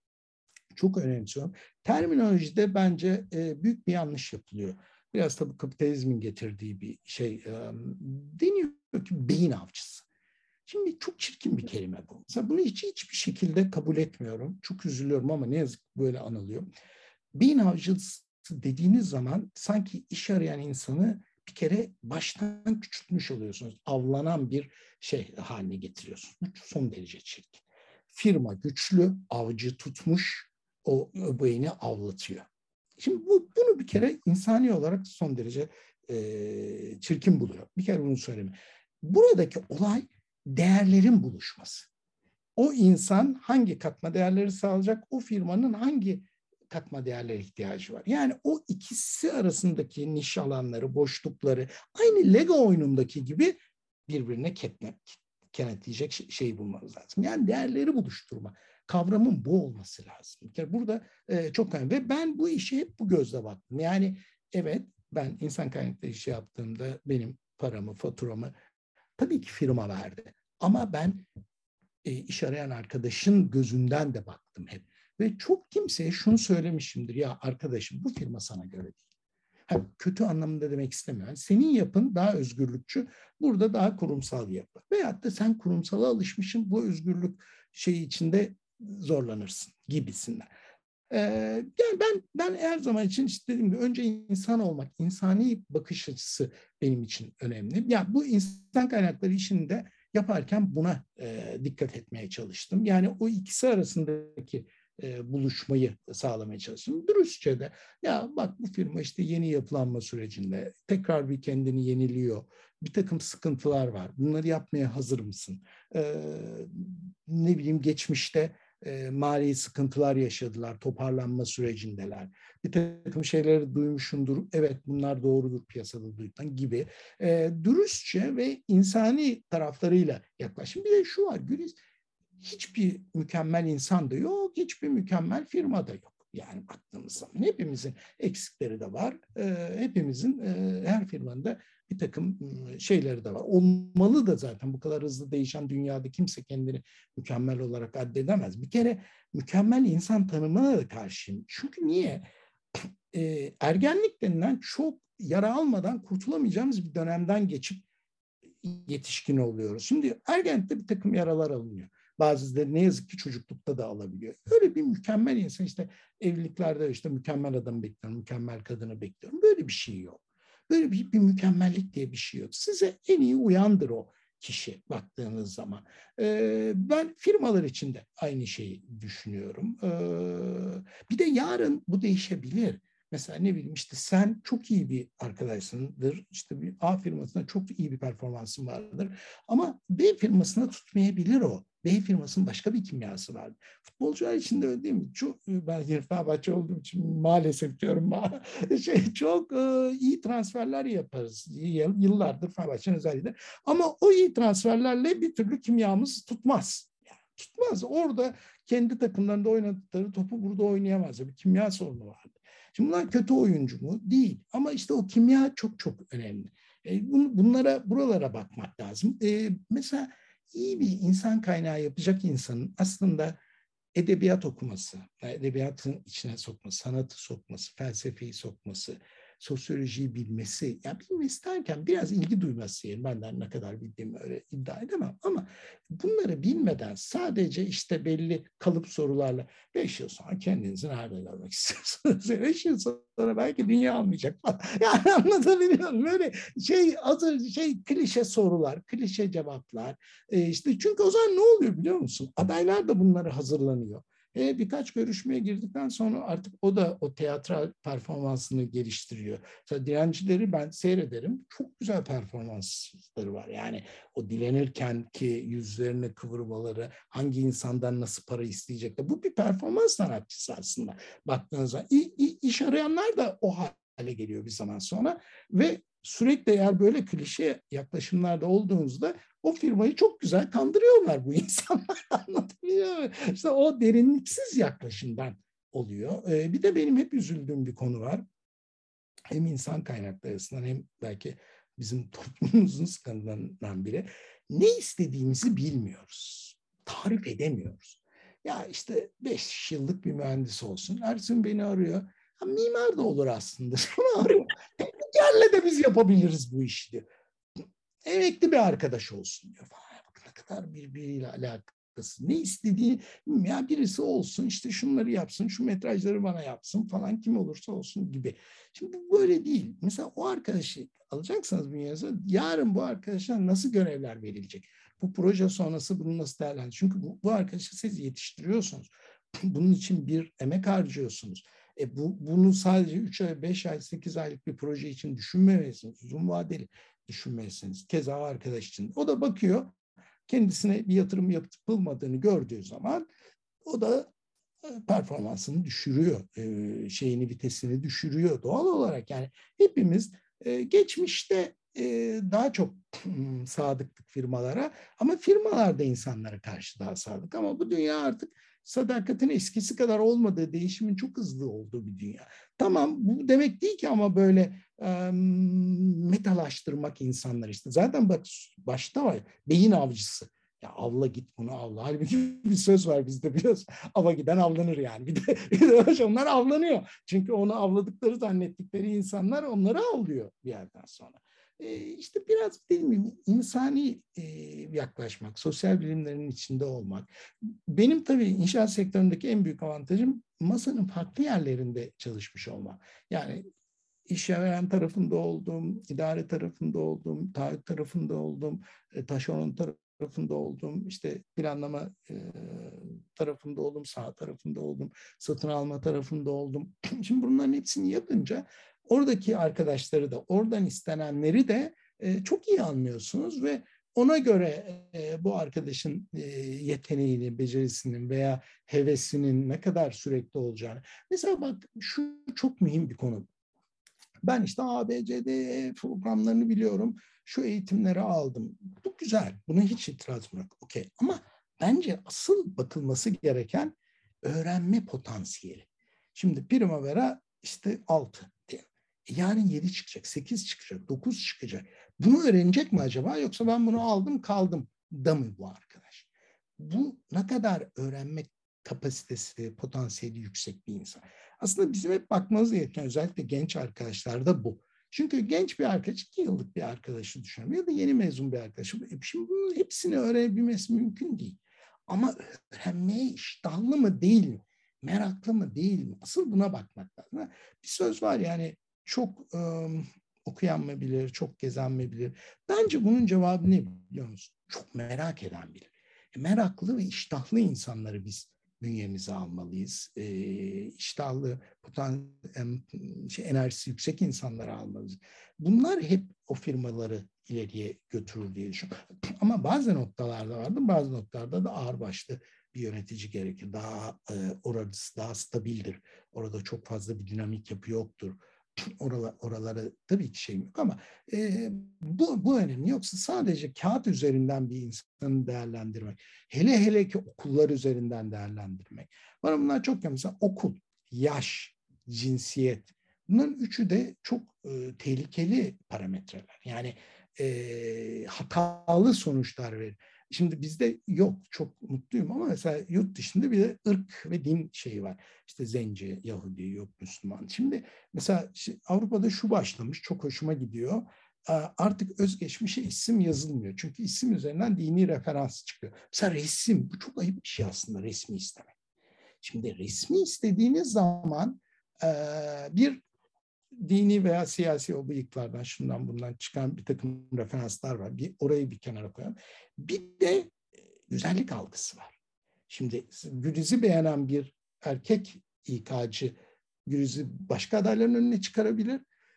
Çok önemsiyorum. Terminolojide bence büyük bir yanlış yapılıyor. Biraz tabii kapitalizmin getirdiği bir şey. Deniyor ki beyin avcısı. Şimdi çok çirkin bir kelime bu. Mesela bunu hiçbir şekilde kabul etmiyorum. Çok üzülüyorum ama ne yazık ki böyle anılıyor. Beyin avcısı dediğiniz zaman sanki iş arayan insanı bir kere baştan küçültmüş oluyorsunuz. Avlanan bir şey haline getiriyorsunuz. Bu son derece çirkin. Firma güçlü, avcı tutmuş, o beyni avlatıyor. Şimdi bunu bir kere insani olarak son derece çirkin buluyor. Bir kere bunu söyleyeyim. Buradaki olay değerlerin buluşması. O insan hangi katma değerleri sağlayacak, o firmanın hangi katma değerlere ihtiyacı var. Yani o ikisi arasındaki niş alanları, boşlukları aynı Lego oyunundaki gibi birbirine kenetleyecek şeyi bulmanız lazım. Yani değerleri buluşturma. Kavramın bu olması lazım. Yani burada çok önemli. Ve ben bu işe hep bu gözle baktım. Yani evet, ben insan kaynakları işi yaptığımda benim paramı, faturamı tabii ki firma verdi. Ama ben iş arayan arkadaşın gözünden de baktım hep. Ve çok kimseye şunu söylemişimdir. Ya arkadaşım, bu firma sana göre değil. Kötü anlamında demek istemiyorum. Yani senin yapın daha özgürlükçü, burada daha kurumsal yapı. Veyahut da sen kurumsala alışmışsın, bu özgürlük şeyi içinde zorlanırsın gibisinden. Yani ben her zaman için işte dediğim gibi önce insan olmak, insani bakış açısı benim için önemli. Ya bu insan kaynakları işinde yaparken buna dikkat etmeye çalıştım. Yani o ikisi arasındaki buluşmayı sağlamaya çalıştım. Dürüstçe de ya bak, bu firma işte yeni yapılanma sürecinde tekrar bir kendini yeniliyor. Bir takım sıkıntılar var. Bunları yapmaya hazır mısın? Ne bileyim, geçmişte mali sıkıntılar yaşadılar, toparlanma sürecindeler. Bir takım şeyleri duymuşsundur, evet bunlar doğrudur, piyasada duyulan gibi. Dürüstçe ve insani taraflarıyla yaklaşın. Bir de şu var Güliz, hiçbir mükemmel insan da yok, hiçbir mükemmel firma da yok. Yani baktığımız zaman hepimizin eksikleri de var. Hepimizin, her firmanın da bir takım şeyleri de var. Olmalı da zaten, bu kadar hızlı değişen dünyada kimse kendini mükemmel olarak addedemez. Bir kere mükemmel insan tanımına da karşıyım. Çünkü niye? Ergenlik denilen çok yara almadan kurtulamayacağımız bir dönemden geçip yetişkin oluyoruz. Şimdi ergenlikte bir takım yaralar alınıyor. Bazıları ne yazık ki çocuklukta da alabiliyor. Öyle bir mükemmel insan, işte evliliklerde işte mükemmel adamı bekliyorum, mükemmel kadını bekliyorum. Böyle bir şey yok. Böyle bir mükemmellik diye bir şey yok. Size en iyi uyandır o kişi baktığınız zaman. Ben firmalar için de aynı şeyi düşünüyorum. Bir de yarın bu değişebilir. Mesela ne bileyim işte sen çok iyi bir arkadaşsındır. İşte bir A firmasında çok iyi bir performansın vardır. Ama B firmasına tutmayabilir o. B firmasının başka bir kimyası var. Futbolcular için de öyle değil mi? Çok, ben Fenerbahçe olduğum için maalesef diyorum. Çok iyi transferler yaparız. Yıllardır Fenerbahçe'nin özelliği. Ama o iyi transferlerle bir türlü kimyamız tutmaz. Yani tutmaz. Orada kendi takımlarında oynadıkları topu burada oynayamaz. Bir kimya sorunu vardı. Şimdi bunlar kötü oyuncu mu? Değil. Ama işte o kimya çok çok önemli. Buralara bakmak lazım. Mesela iyi bir insan kaynağı yapacak insanın aslında edebiyat okuması, edebiyatın içine sokması, sanatı sokması, felsefeyi sokması, sosyolojiyi bilmesi, yani bilmesi derken biraz ilgi duyması, yani benden ne kadar bildiğimi öyle iddia edemem ama bunları bilmeden sadece işte belli kalıp sorularla 5 yıl sonra kendinizi nerede görmek istiyorsunuz? 5 yıl sonra belki dünya almayacak falan. Yani anlatabiliyor muyum? Böyle klişe sorular, klişe cevaplar. İşte çünkü o zaman ne oluyor biliyor musun? Adaylar da bunları hazırlanıyor. Birkaç görüşmeye girdikten sonra artık o da o tiyatral performansını geliştiriyor. Mesela direncileri ben seyrederim. Çok güzel performansları var. Yani o dilenirken ki yüzlerine kıvırmaları, hangi insandan nasıl para isteyecekler. Bu bir performans sanatçısı aslında. Baktığınızda iş arayanlar da o hale geliyor bir zaman sonra ve sürekli eğer böyle klişe yaklaşımlarda olduğunuzda o firmayı çok güzel kandırıyorlar bu insanlar. Anlatabiliyor muyum? İşte o derinliksiz yaklaşımdan oluyor. Bir de benim hep üzüldüğüm bir konu var. Hem insan kaynakları açısından hem belki bizim toplumumuzun sıkıntılarından biri. Ne istediğimizi bilmiyoruz. Tarif edemiyoruz. Ya işte 5 yıllık bir mühendis olsun. Ersin beni arıyor. Ha, mimar da olur aslında. Sonra arıyor. Teknikerle de biz yapabiliriz bu işi diyor. Emekli bir arkadaş olsun diyor falan. Bak ne kadar birbiriyle alakası. Ne istediği ya birisi olsun işte şunları yapsın, şu metrajları bana yapsın falan kim olursa olsun gibi. Şimdi bu böyle değil. Mesela o arkadaşı alacaksınız bünyenize. Yarın bu arkadaşlar nasıl görevler verilecek? Bu proje sonrası bunu nasıl değerlendirecek? Çünkü bu arkadaşı siz yetiştiriyorsunuz. Bunun için bir emek harcıyorsunuz. Bunu sadece 3 ay, 5 ay, 8 aylık bir proje için düşünmemelisiniz. Uzun vadeli düşünmelisiniz. Keza arkadaş için. O da bakıyor kendisine bir yatırım yapılmadığını gördüğü zaman o da performansını düşürüyor. Vitesini düşürüyor doğal olarak. Yani hepimiz geçmişte daha çok sadıktık firmalara ama firmalar da insanlara karşı daha sadık. Ama bu dünya artık sadakatin eskisi kadar olmadığı, değişimin çok hızlı olduğu bir dünya. Tamam bu demek değil ki ama böyle metalaştırmak insanlar işte. Zaten bak başta var beyin avcısı. Ya avla git bunu avla. Halbuki bir söz var bizde biliyorsun. Ava giden avlanır yani. Bir de onlar avlanıyor. Çünkü onu avladıkları zannettikleri insanlar onları avlıyor bir yerden sonra. İşte biraz değil mi insani yaklaşmak, sosyal bilimlerin içinde olmak. Benim tabii inşaat sektöründeki en büyük avantajım masanın farklı yerlerinde çalışmış olmak. Yani işveren tarafında oldum, idare tarafında oldum, taahhüt tarafında oldum, taşeron tarafında oldum, işte planlama tarafında oldum, saha tarafında oldum, satın alma tarafında oldum. Şimdi bunların hepsini yapınca oradaki arkadaşları da, oradan istenenleri de çok iyi anlıyorsunuz ve ona göre bu arkadaşın yeteneğini, becerisinin veya hevesinin ne kadar sürekli olacağını. Mesela bak şu çok mühim bir konu. Ben işte A, B, C, D, E programlarını biliyorum. Şu eğitimleri aldım. Bu güzel. Buna hiç itirazım yok. Okey. Ama bence asıl bakılması gereken öğrenme potansiyeli. Şimdi Primavera işte 6 diyelim. Yarın 7 çıkacak, 8 çıkacak, 9 çıkacak. Bunu öğrenecek mi acaba yoksa ben bunu aldım kaldım da mı bu arkadaş? Bu ne kadar öğrenmek kapasitesi, potansiyeli yüksek bir insan. Aslında bizim hep bakmamız gereken özellikle genç arkadaşlarda bu. Çünkü genç bir arkadaş, 2 yıllık bir arkadaşı düşünüyorum ya da yeni mezun bir arkadaşı. Şimdi bunun hepsini öğrenebilmesi mümkün değil. Ama öğrenmeye iştahlı mı değil mi? Meraklı mı değil mi? Asıl buna bakmak lazım. Bir söz var yani çok okuyan mı bilir, çok gezen mi bilir? Bence bunun cevabı ne biliyor musun? Çok merak eden bilir. Meraklı ve iştahlı insanları biz bünyemize almalıyız. İştahlı, enerjisi yüksek insanları almalıyız. Bunlar hep o firmaları ileriye götürür diye düşünüyorum. Ama bazı noktalarda vardır, bazı noktalarda da ağırbaşlı bir yönetici gerekir. Orası daha stabildir. Orada çok fazla bir dinamik yapı yoktur. Oralara tabii ki yok ama bu önemli. Yoksa sadece kağıt üzerinden bir insanı değerlendirmek, hele ki okullar üzerinden değerlendirmek. Bana bunlar çok önemli. Mesela okul, yaş, cinsiyet, bunların üçü de çok tehlikeli parametreler. Yani hatalı sonuçlar verir. Şimdi bizde yok, çok mutluyum ama mesela yurt dışında bir de ırk ve din şeyi var. İşte Zenci, Yahudi, yok Müslüman. Şimdi mesela Avrupa'da şu başlamış, çok hoşuma gidiyor. Artık özgeçmişe isim yazılmıyor. Çünkü isim üzerinden dini referans çıkıyor. Mesela resim, bu çok ayıp bir şey aslında, resmi istemek. Şimdi resmi istediğiniz zaman bir dini veya siyasi o bıyıklardan, şundan bundan çıkan bir takım referanslar var. Orayı bir kenara koyalım. Bir de güzellik algısı var. Şimdi Güliz'i beğenen bir erkek İK'cı Güliz'i başka adayların önüne çıkarabilir.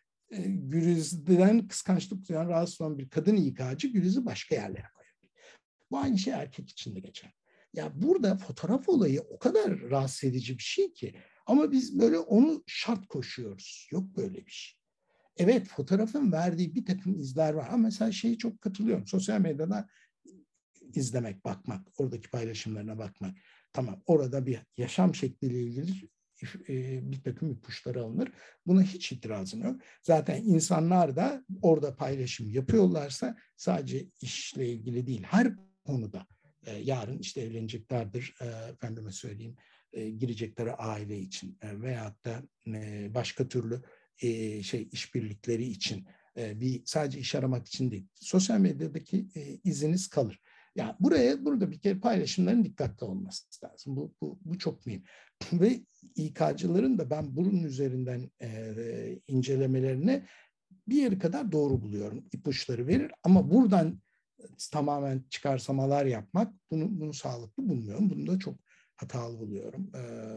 Güliz'den kıskançlık duyan, rahatsız olan bir kadın İK'cı Güliz'i başka yerlere koyabilir. Bu aynı şey erkek için de geçer. Ya burada fotoğraf olayı o kadar rahatsız edici bir şey ki, ama biz böyle onu şart koşuyoruz. Yok böyle bir şey. Evet, fotoğrafın verdiği bir takım izler var ama mesela şeyi çok katılıyorum. Sosyal medyada izlemek, bakmak, oradaki paylaşımlarına bakmak. Tamam, orada bir yaşam şekliyle ilgili bir takım ipuçları alınır. Buna hiç itirazım yok. Zaten insanlar da orada paylaşım yapıyorlarsa sadece işle ilgili değil, her konuda. Yarın işte evleneceklerdir, efendime söyleyeyim, girecekleri aile için veyahut da başka türlü işbirlikleri için, sadece iş aramak için değil. Sosyal medyadaki iziniz kalır. Ya burada bir kere paylaşımların dikkatli olması lazım. Bu çok mühim. Ve İK'cıların da ben bunun üzerinden incelemelerini bir yere kadar doğru buluyorum. İpuçları verir ama buradan tamamen çıkarsamalar yapmak, bunu sağlıklı bulmuyorum. Bunu da çok hatalı buluyorum.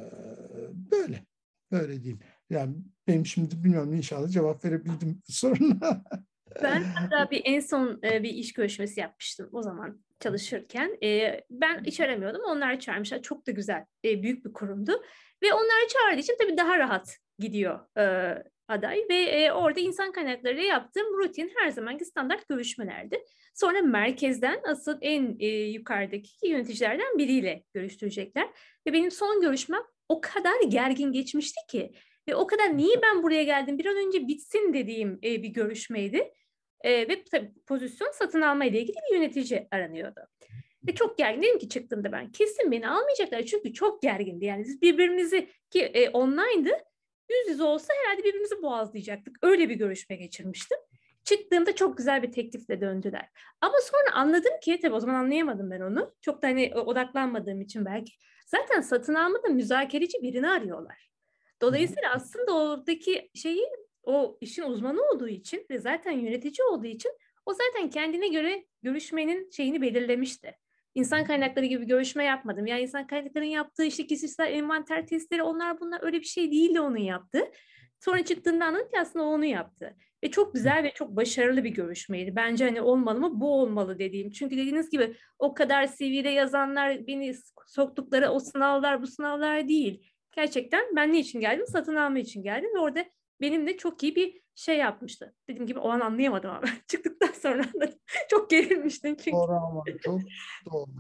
Böyle diyeyim. Yani benim şimdi bilmiyorum, inşallah cevap verebildim soruna. Ben hatta en son bir iş görüşmesi yapmıştım o zaman çalışırken. Ben iş aramıyordum. Onlar çağırmışlar. Çok da güzel, büyük bir kurumdu. Ve onları çağırdığı için tabii daha rahat gidiyor aday. Ve orada insan kaynaklarıyla yaptığım rutin her zamanki standart görüşmelerdi. Sonra merkezden asıl en yukarıdaki yöneticilerden biriyle görüştürecekler. Ve benim son görüşmem o kadar gergin geçmişti ki. Ve o kadar niye ben buraya geldim, bir an önce bitsin dediğim bir görüşmeydi. Ve tabii pozisyon satın alma ile ilgili bir yönetici aranıyordu. Ve çok gergin, dedim ki çıktığımda ben kesin beni almayacaklar çünkü çok gergindi. Yani biz birbirimizi, ki online'dı, yüz yüze olsa herhalde birbirimizi boğazlayacaktık. Öyle bir görüşme geçirmiştim. Çıktığımda çok güzel bir teklifle döndüler. Ama sonra anladım ki, tabii o zaman anlayamadım ben onu. Çok da odaklanmadığım için belki. Zaten satın almada müzakereci birini arıyorlar. Dolayısıyla aslında oradaki o işin uzmanı olduğu için ve zaten yönetici olduğu için o zaten kendine göre görüşmenin şeyini belirlemişti. İnsan kaynakları gibi görüşme yapmadım. Yani insan kaynaklarının yaptığı işte kişisel envanter testleri, onlar bunlar, öyle bir şey değildi onun yaptığı. Sonra çıktığında anladım ki aslında onu yaptı. Ve çok güzel ve çok başarılı bir görüşmeydi. Bence hani olmalı mı? Bu olmalı dediğim. Çünkü dediğiniz gibi o kadar CV'de yazanlar, beni soktukları o sınavlar, bu sınavlar değil. Gerçekten ben ne için geldim? Satın alma için geldim ve orada benimle çok iyi bir şey yapmıştı. Dediğim gibi o an anlayamadım ama çıktıktan sonra anladım. Çok gerilmiştim çünkü. Doğru, ama çok doğru.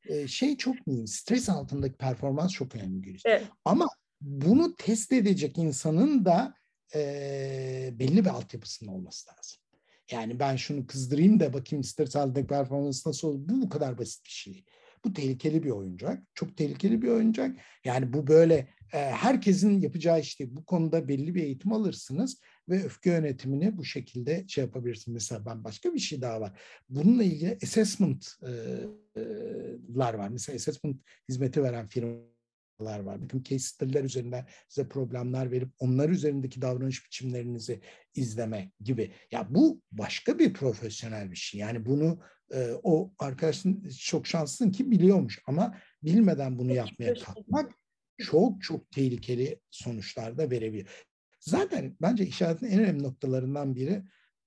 Çok mühim. Stres altındaki performans çok önemli. Evet. Ama bunu test edecek insanın da belli bir altyapısının olması lazım. Yani ben şunu kızdırayım da bakayım stres altındaki performans nasıl olur. Bu kadar basit bir şey. Bu tehlikeli bir oyuncak. Çok tehlikeli bir oyuncak. Yani bu böyle herkesin yapacağı işte, bu konuda belli bir eğitim alırsınız ve öfke yönetimini bu şekilde yapabilirsiniz. Mesela ben başka bir şey daha var. Bununla ilgili assessment'lar var. Mesela assessment hizmeti veren firmalar var. Bakın case study'ler üzerinden size problemler verip onlar üzerindeki davranış biçimlerinizi izleme gibi. Ya bu başka bir profesyonel bir şey. Yani bunu o arkadaşın çok şanslısın ki biliyormuş ama bilmeden bunu yapmaya kalkmak çok çok tehlikeli sonuçlar da verebilir. Zaten bence işaretin en önemli noktalarından biri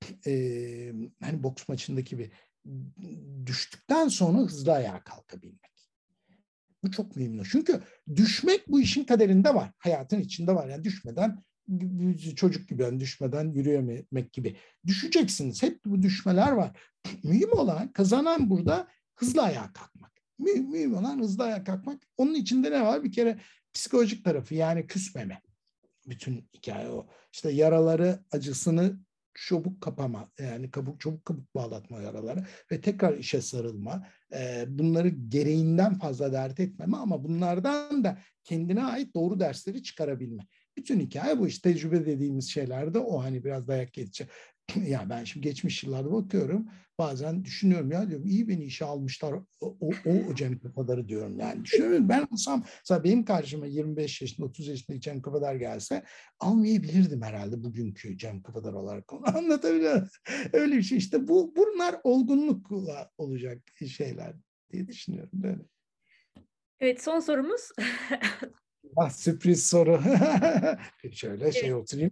hani boks maçındaki bir düştükten sonra hızlı ayağa kalkabilmek. Bu çok mühim. Çünkü düşmek bu işin kaderinde var. Hayatın içinde var. Yani düşmeden çocuk gibi yani düşmeden yürüyemek gibi. Düşeceksiniz. Hep bu düşmeler var. Mühim olan kazanan burada hızlı ayağa kalkmak. Mühim olan hızlı ayağa kalkmak. Onun içinde ne var? Bir kere psikolojik tarafı yani küsmeme. Bütün hikaye o. İşte yaraları, acısını çabuk kapama, yani çabuk bağlatma yaraları ve tekrar işe sarılma. Bunları gereğinden fazla dert etmeme ama bunlardan da kendine ait doğru dersleri çıkarabilme. Bütün hikaye bu işte tecrübe dediğimiz şeylerde o hani biraz dayak geçecek. Ya ben şimdi geçmiş yıllarda bakıyorum bazen düşünüyorum ya diyorum iyi beni işe almışlar o Cem Kafadar'ı diyorum yani düşünüyorum ben olsam mesela benim karşıma 25 yaşında 30 yaşında Cem Kafadar gelse almayabilirdim herhalde bugünkü Cem Kafadar olarak onu anlatabiliyor muyum? Öyle bir şey işte bunlar olgunlukla olacak şeyler diye düşünüyorum böyle. Evet, son sorumuz. Ah, sürpriz soru. Şöyle Evet. oturayım.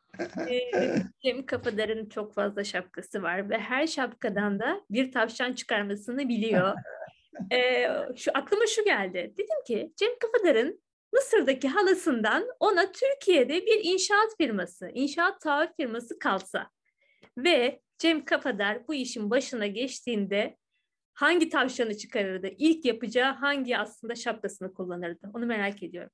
Cem Kafadar'ın çok fazla şapkası var ve her şapkadan da bir tavşan çıkarmasını biliyor. Aklıma şu geldi. Dedim ki Cem Kafadar'ın Mısır'daki halasından ona Türkiye'de bir inşaat taahhüt firması kalsa ve Cem Kafadar bu işin başına geçtiğinde hangi tavşanı çıkarırdı? İlk yapacağı hangi aslında şapkasını kullanırdı? Onu merak ediyorum.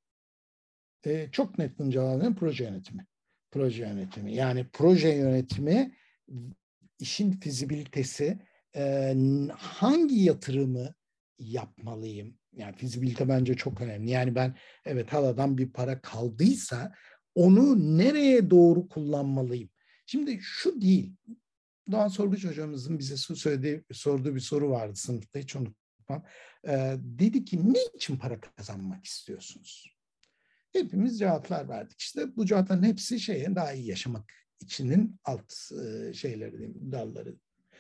Çok net bunun cevabı proje yönetimi. Proje yönetimi. Yani proje yönetimi işin fizibilitesi hangi yatırımı yapmalıyım? Yani fizibilite bence çok önemli. Yani ben evet haladan bir para kaldıysa onu nereye doğru kullanmalıyım? Şimdi şu değil. Doğan Sorguç hocamızın bize sorduğu bir soru vardı sınıfta hiç unutmam. Dedi ki ne için para kazanmak istiyorsunuz? Hepimiz cevaplar verdik. İşte bu cevapların hepsi daha iyi yaşamak içinin alt şeyleri, dalları.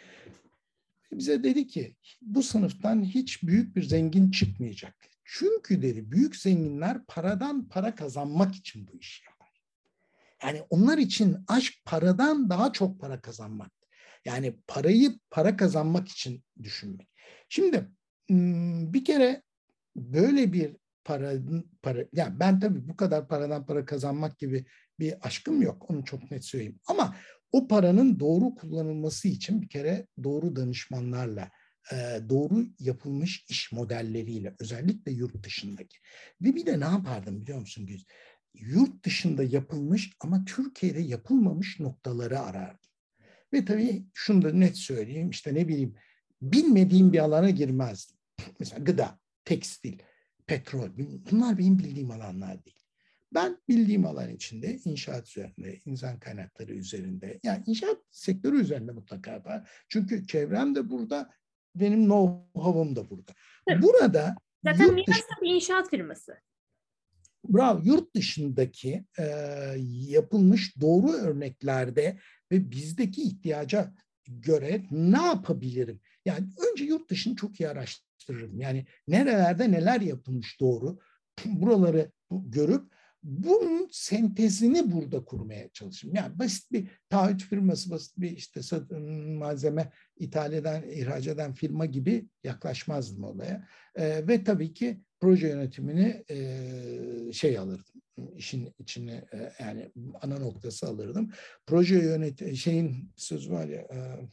Bize dedi ki bu sınıftan hiç büyük bir zengin çıkmayacak. Çünkü dedi büyük zenginler paradan para kazanmak için bu işi yapar. Yani onlar için aşk paradan daha çok para kazanmak. Yani parayı para kazanmak için düşünmek. Şimdi bir kere böyle bir para yani ben tabii bu kadar paradan para kazanmak gibi bir aşkım yok. Onu çok net söyleyeyim. Ama o paranın doğru kullanılması için bir kere doğru danışmanlarla, doğru yapılmış iş modelleriyle özellikle yurt dışındaki. Ve bir de ne yapardım biliyor musun Güz? Yurt dışında yapılmış ama Türkiye'de yapılmamış noktaları arardım. Ve tabii şunu da net söyleyeyim işte ne bileyim bilmediğim bir alana girmezdim. Mesela gıda, tekstil, petrol bunlar benim bildiğim alanlar değil. Ben bildiğim alan içinde inşaat üzerinde, insan kaynakları üzerinde yani inşaat sektörü üzerinde mutlaka var. Çünkü çevrem de burada, benim know-how'um da burada. Tabii. Burada Zaten yurt dışı Miras'ta bir inşaat firması. Bravo. Yurt dışındaki yapılmış doğru örneklerde ve bizdeki ihtiyaca göre ne yapabilirim? Yani önce yurt dışını çok iyi araştırırım. Yani nerelerde neler yapılmış doğru. Buraları görüp bunun sentezini burada kurmaya çalışırım. Yani basit bir taahhüt firması, basit bir işte malzeme ithal eden, ihraç eden firma gibi yaklaşmazdım olaya. Ve tabii ki proje yönetimini alırdım. İşin içine yani ana noktası alırdım. Proje sözü var ya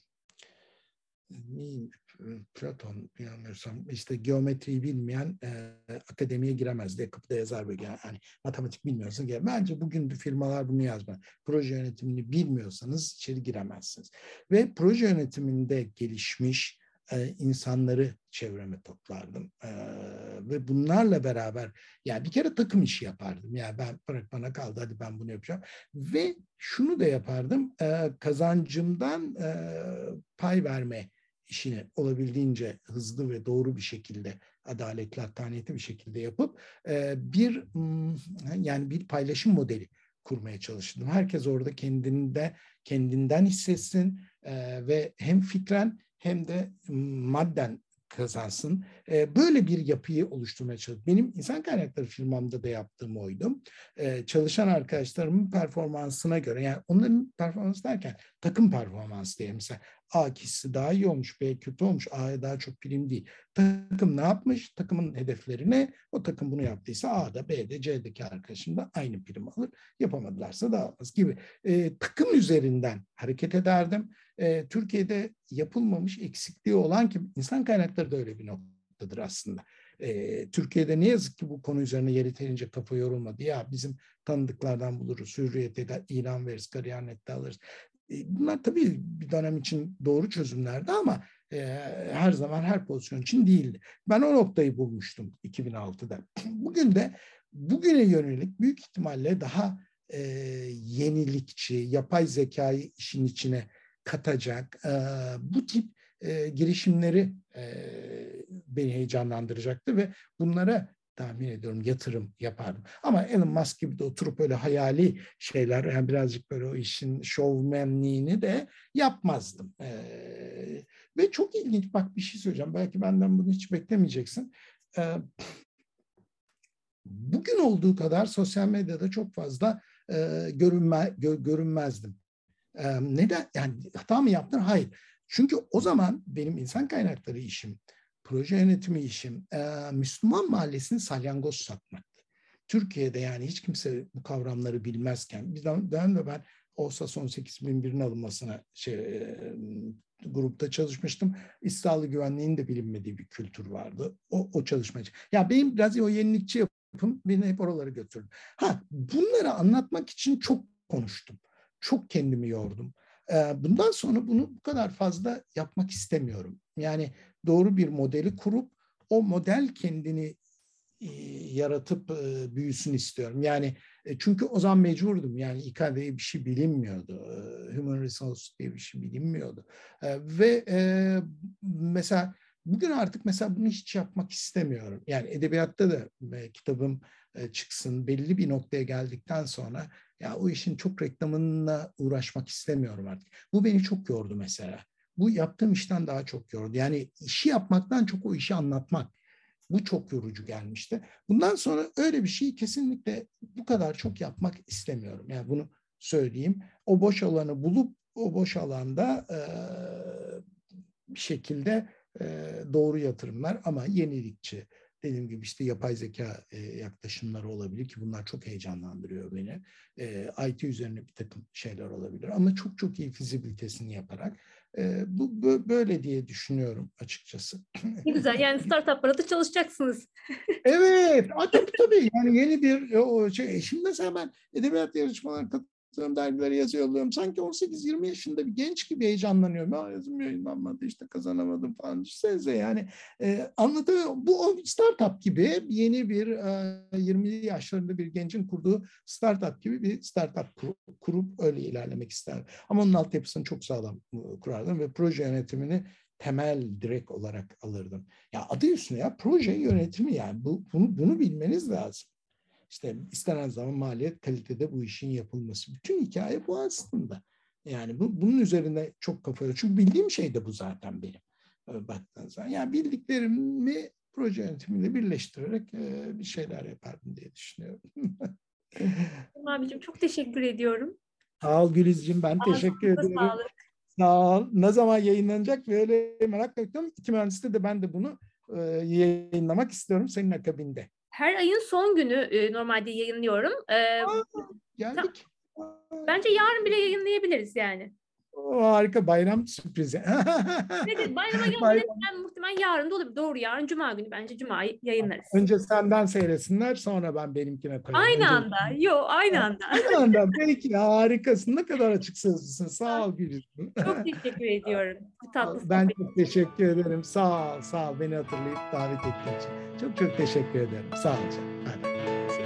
Platon bilmiyorsam işte geometriyi bilmeyen akademiye giremez diye kapıda yazar böyle yani matematik bilmiyorsan gel. Bence bugün firmalar bunu yazmıyor. Proje yönetimini bilmiyorsanız içeri giremezsiniz. Ve proje yönetiminde gelişmiş insanları çevreme toplardım. Ve bunlarla beraber yani bir kere takım işi yapardım. Yani bana kaldı hadi ben bunu yapacağım. Ve şunu da yapardım. Kazancımdan pay verme işini olabildiğince hızlı ve doğru bir şekilde adaletli, hakkaniyetli bir şekilde yapıp yani bir paylaşım modeli kurmaya çalıştım. Herkes orada kendinden hissetsin ve hem fikren hem de madden kazansın. Böyle bir yapıyı oluşturmaya çalıştım. Benim insan kaynakları firmamda da yaptığım oydu. Çalışan arkadaşlarımın performansına göre, yani onların performansı derken takım performansı diye, mesela A kişisi daha iyi olmuş, B kötü olmuş, A'ya daha çok prim değil. Takım ne yapmış? Takımın hedefleri ne? O takım bunu yaptıysa A'da, B'de, C'deki arkadaşım da aynı prim alır. Yapamadılarsa da almaz gibi. Takım üzerinden hareket ederdim. Türkiye'de yapılmamış, eksikliği olan, ki insan kaynakları da öyle bir noktadır aslında. Türkiye'de ne yazık ki bu konu üzerine yeterince kafa yorulmadı. Ya bizim tanıdıklardan buluruz, hürriyete ilan veririz, Kariyer.net'te alırız. Bunlar tabii bir dönem için doğru çözümlerdi ama her zaman her pozisyon için değildi. Ben o noktayı bulmuştum 2006'da. Bugüne yönelik büyük ihtimalle daha yenilikçi, yapay zekayı işin içine katacak bu tip girişimleri beni heyecanlandıracaktır ve bunlara tahmin ediyorum yatırım yapardım. Ama Elon Musk gibi de oturup öyle hayali şeyler, yani birazcık böyle o işin şovmenliğini de yapmazdım. Ve çok ilginç, bak bir şey söyleyeceğim. Belki benden bunu hiç beklemeyeceksin. Bugün olduğu kadar sosyal medyada çok fazla görünmezdim. Neden? Yani hata mı yaptın? Hayır. Çünkü o zaman benim insan kaynakları işim, proje yönetimi işim, Müslüman mahallesini salyangoz satmaktı. Türkiye'de yani hiç kimse bu kavramları bilmezken, ben OSAS 18001'in alınmasına grupta çalışmıştım. İstihdam güvenliğinin de bilinmediği bir kültür vardı. O çalışmacı. Ya benim biraz o yenilikçi yapım beni hep oralara götürdü. Bunları anlatmak için çok konuştum. Çok kendimi yordum. Bundan sonra bunu bu kadar fazla yapmak istemiyorum. Yani doğru bir modeli kurup o model kendini yaratıp büyüsün istiyorum. Yani çünkü o zaman mecburdum. Yani İK diye bir şey bilinmiyordu. Human Resource diye bir şey bilinmiyordu. Ve mesela bugün artık mesela bunu hiç yapmak istemiyorum. Yani edebiyatta da kitabım çıksın, belli bir noktaya geldikten sonra ya o işin çok reklamına uğraşmak istemiyorum artık. Bu beni çok yordu mesela. Bu yaptığım işten daha çok yordu. Yani işi yapmaktan çok o işi anlatmak. Bu çok yorucu gelmişti. Bundan sonra öyle bir şeyi kesinlikle bu kadar çok yapmak istemiyorum. Yani bunu söyleyeyim. O boş alanı bulup o boş alanda bir şekilde doğru yatırımlar ama yenilikçi. Dediğim gibi işte yapay zeka yaklaşımları olabilir ki bunlar çok heyecanlandırıyor beni. IT üzerine bir takım şeyler olabilir ama çok çok iyi fizibilitesini yaparak bu böyle diye düşünüyorum açıkçası. Ne güzel. Yani startuplara da çalışacaksınız. Evet, tabii yani yeni bir o şey. Şimdi mesela ben edebiyat yarışmalarına katılıyorum, dergilere yazı yolluyorum. Sanki 18-20 yaşında bir genç gibi heyecanlanıyorum. Ya yazım yayınlanmadı, işte kazanamadım falan. Düşünsenize yani anlatamıyorum. Bu o startup gibi yeni bir 20'li yaşlarında bir gencin kurduğu startup gibi bir startup kurup öyle ilerlemek isterim. Ama onun altyapısını çok sağlam kurardım ve proje yönetimini temel direkt olarak alırdım. Ya adı üstüne ya proje yönetimi, yani bunu bilmeniz lazım. İşte istenen zaman maliyet kalitede bu işin yapılması. Bütün hikaye bu aslında. Yani bunun üzerine çok kafa yoruyorum. Çünkü bildiğim şey de bu zaten benim. Baktığınız zaman. Yani bildiklerimi proje yönetimiyle birleştirerek bir şeyler yapardım diye düşünüyorum. Abicim çok teşekkür ediyorum. Sağ ol Gülizciğim, ben teşekkür Ağzınıza ederim. sağlık. Sağ ol. Ne zaman yayınlanacak böyle merak ediyorum. İki mühendiste de ben de bunu yayınlamak istiyorum senin akabinde. Her ayın son günü normalde yayınlıyorum. Geldik. Bence yarın bile yayınlayabiliriz yani. Harika, bayram sürprizi. Evet, bayrama gelmeden Bayram. muhtemelen yarın da olabilir. Doğru, yarın Cuma günü. Bence Cuma yayınlarız. Önce senden seyretsinler, sonra ben benimkine koyarım. Aynı Önce anda. Yok, aynı anda. aynı anda. Peki, harikasın. Ne kadar açık sözlüsün. Sağ ol Gülüz'üm. Çok teşekkür ediyorum bu tatlı Ben sohbet. çok teşekkür ederim. Sağ ol, sağ ol beni hatırlayıp davet ettiğin için. Çok çok teşekkür ederim. Sağ ol canım. Hadi.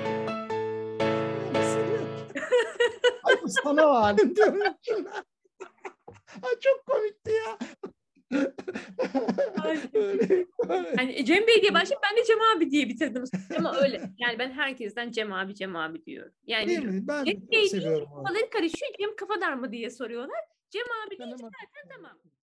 Ay bu sana halim diyorum. Ay çok komikti ya. Öyle. Yani Cem Bey diye başlayıp ben de Cem abi diye bitirdim. Ama öyle. Yani ben herkesten Cem abi, Cem abi diyorum. Yani Değil mi? Ben Cem çok Bey seviyorum deyince onu. kafaları karışıyor. Cem Kafadar mı diye soruyorlar. Cem abi deyince Tanımadım. zaten tamam.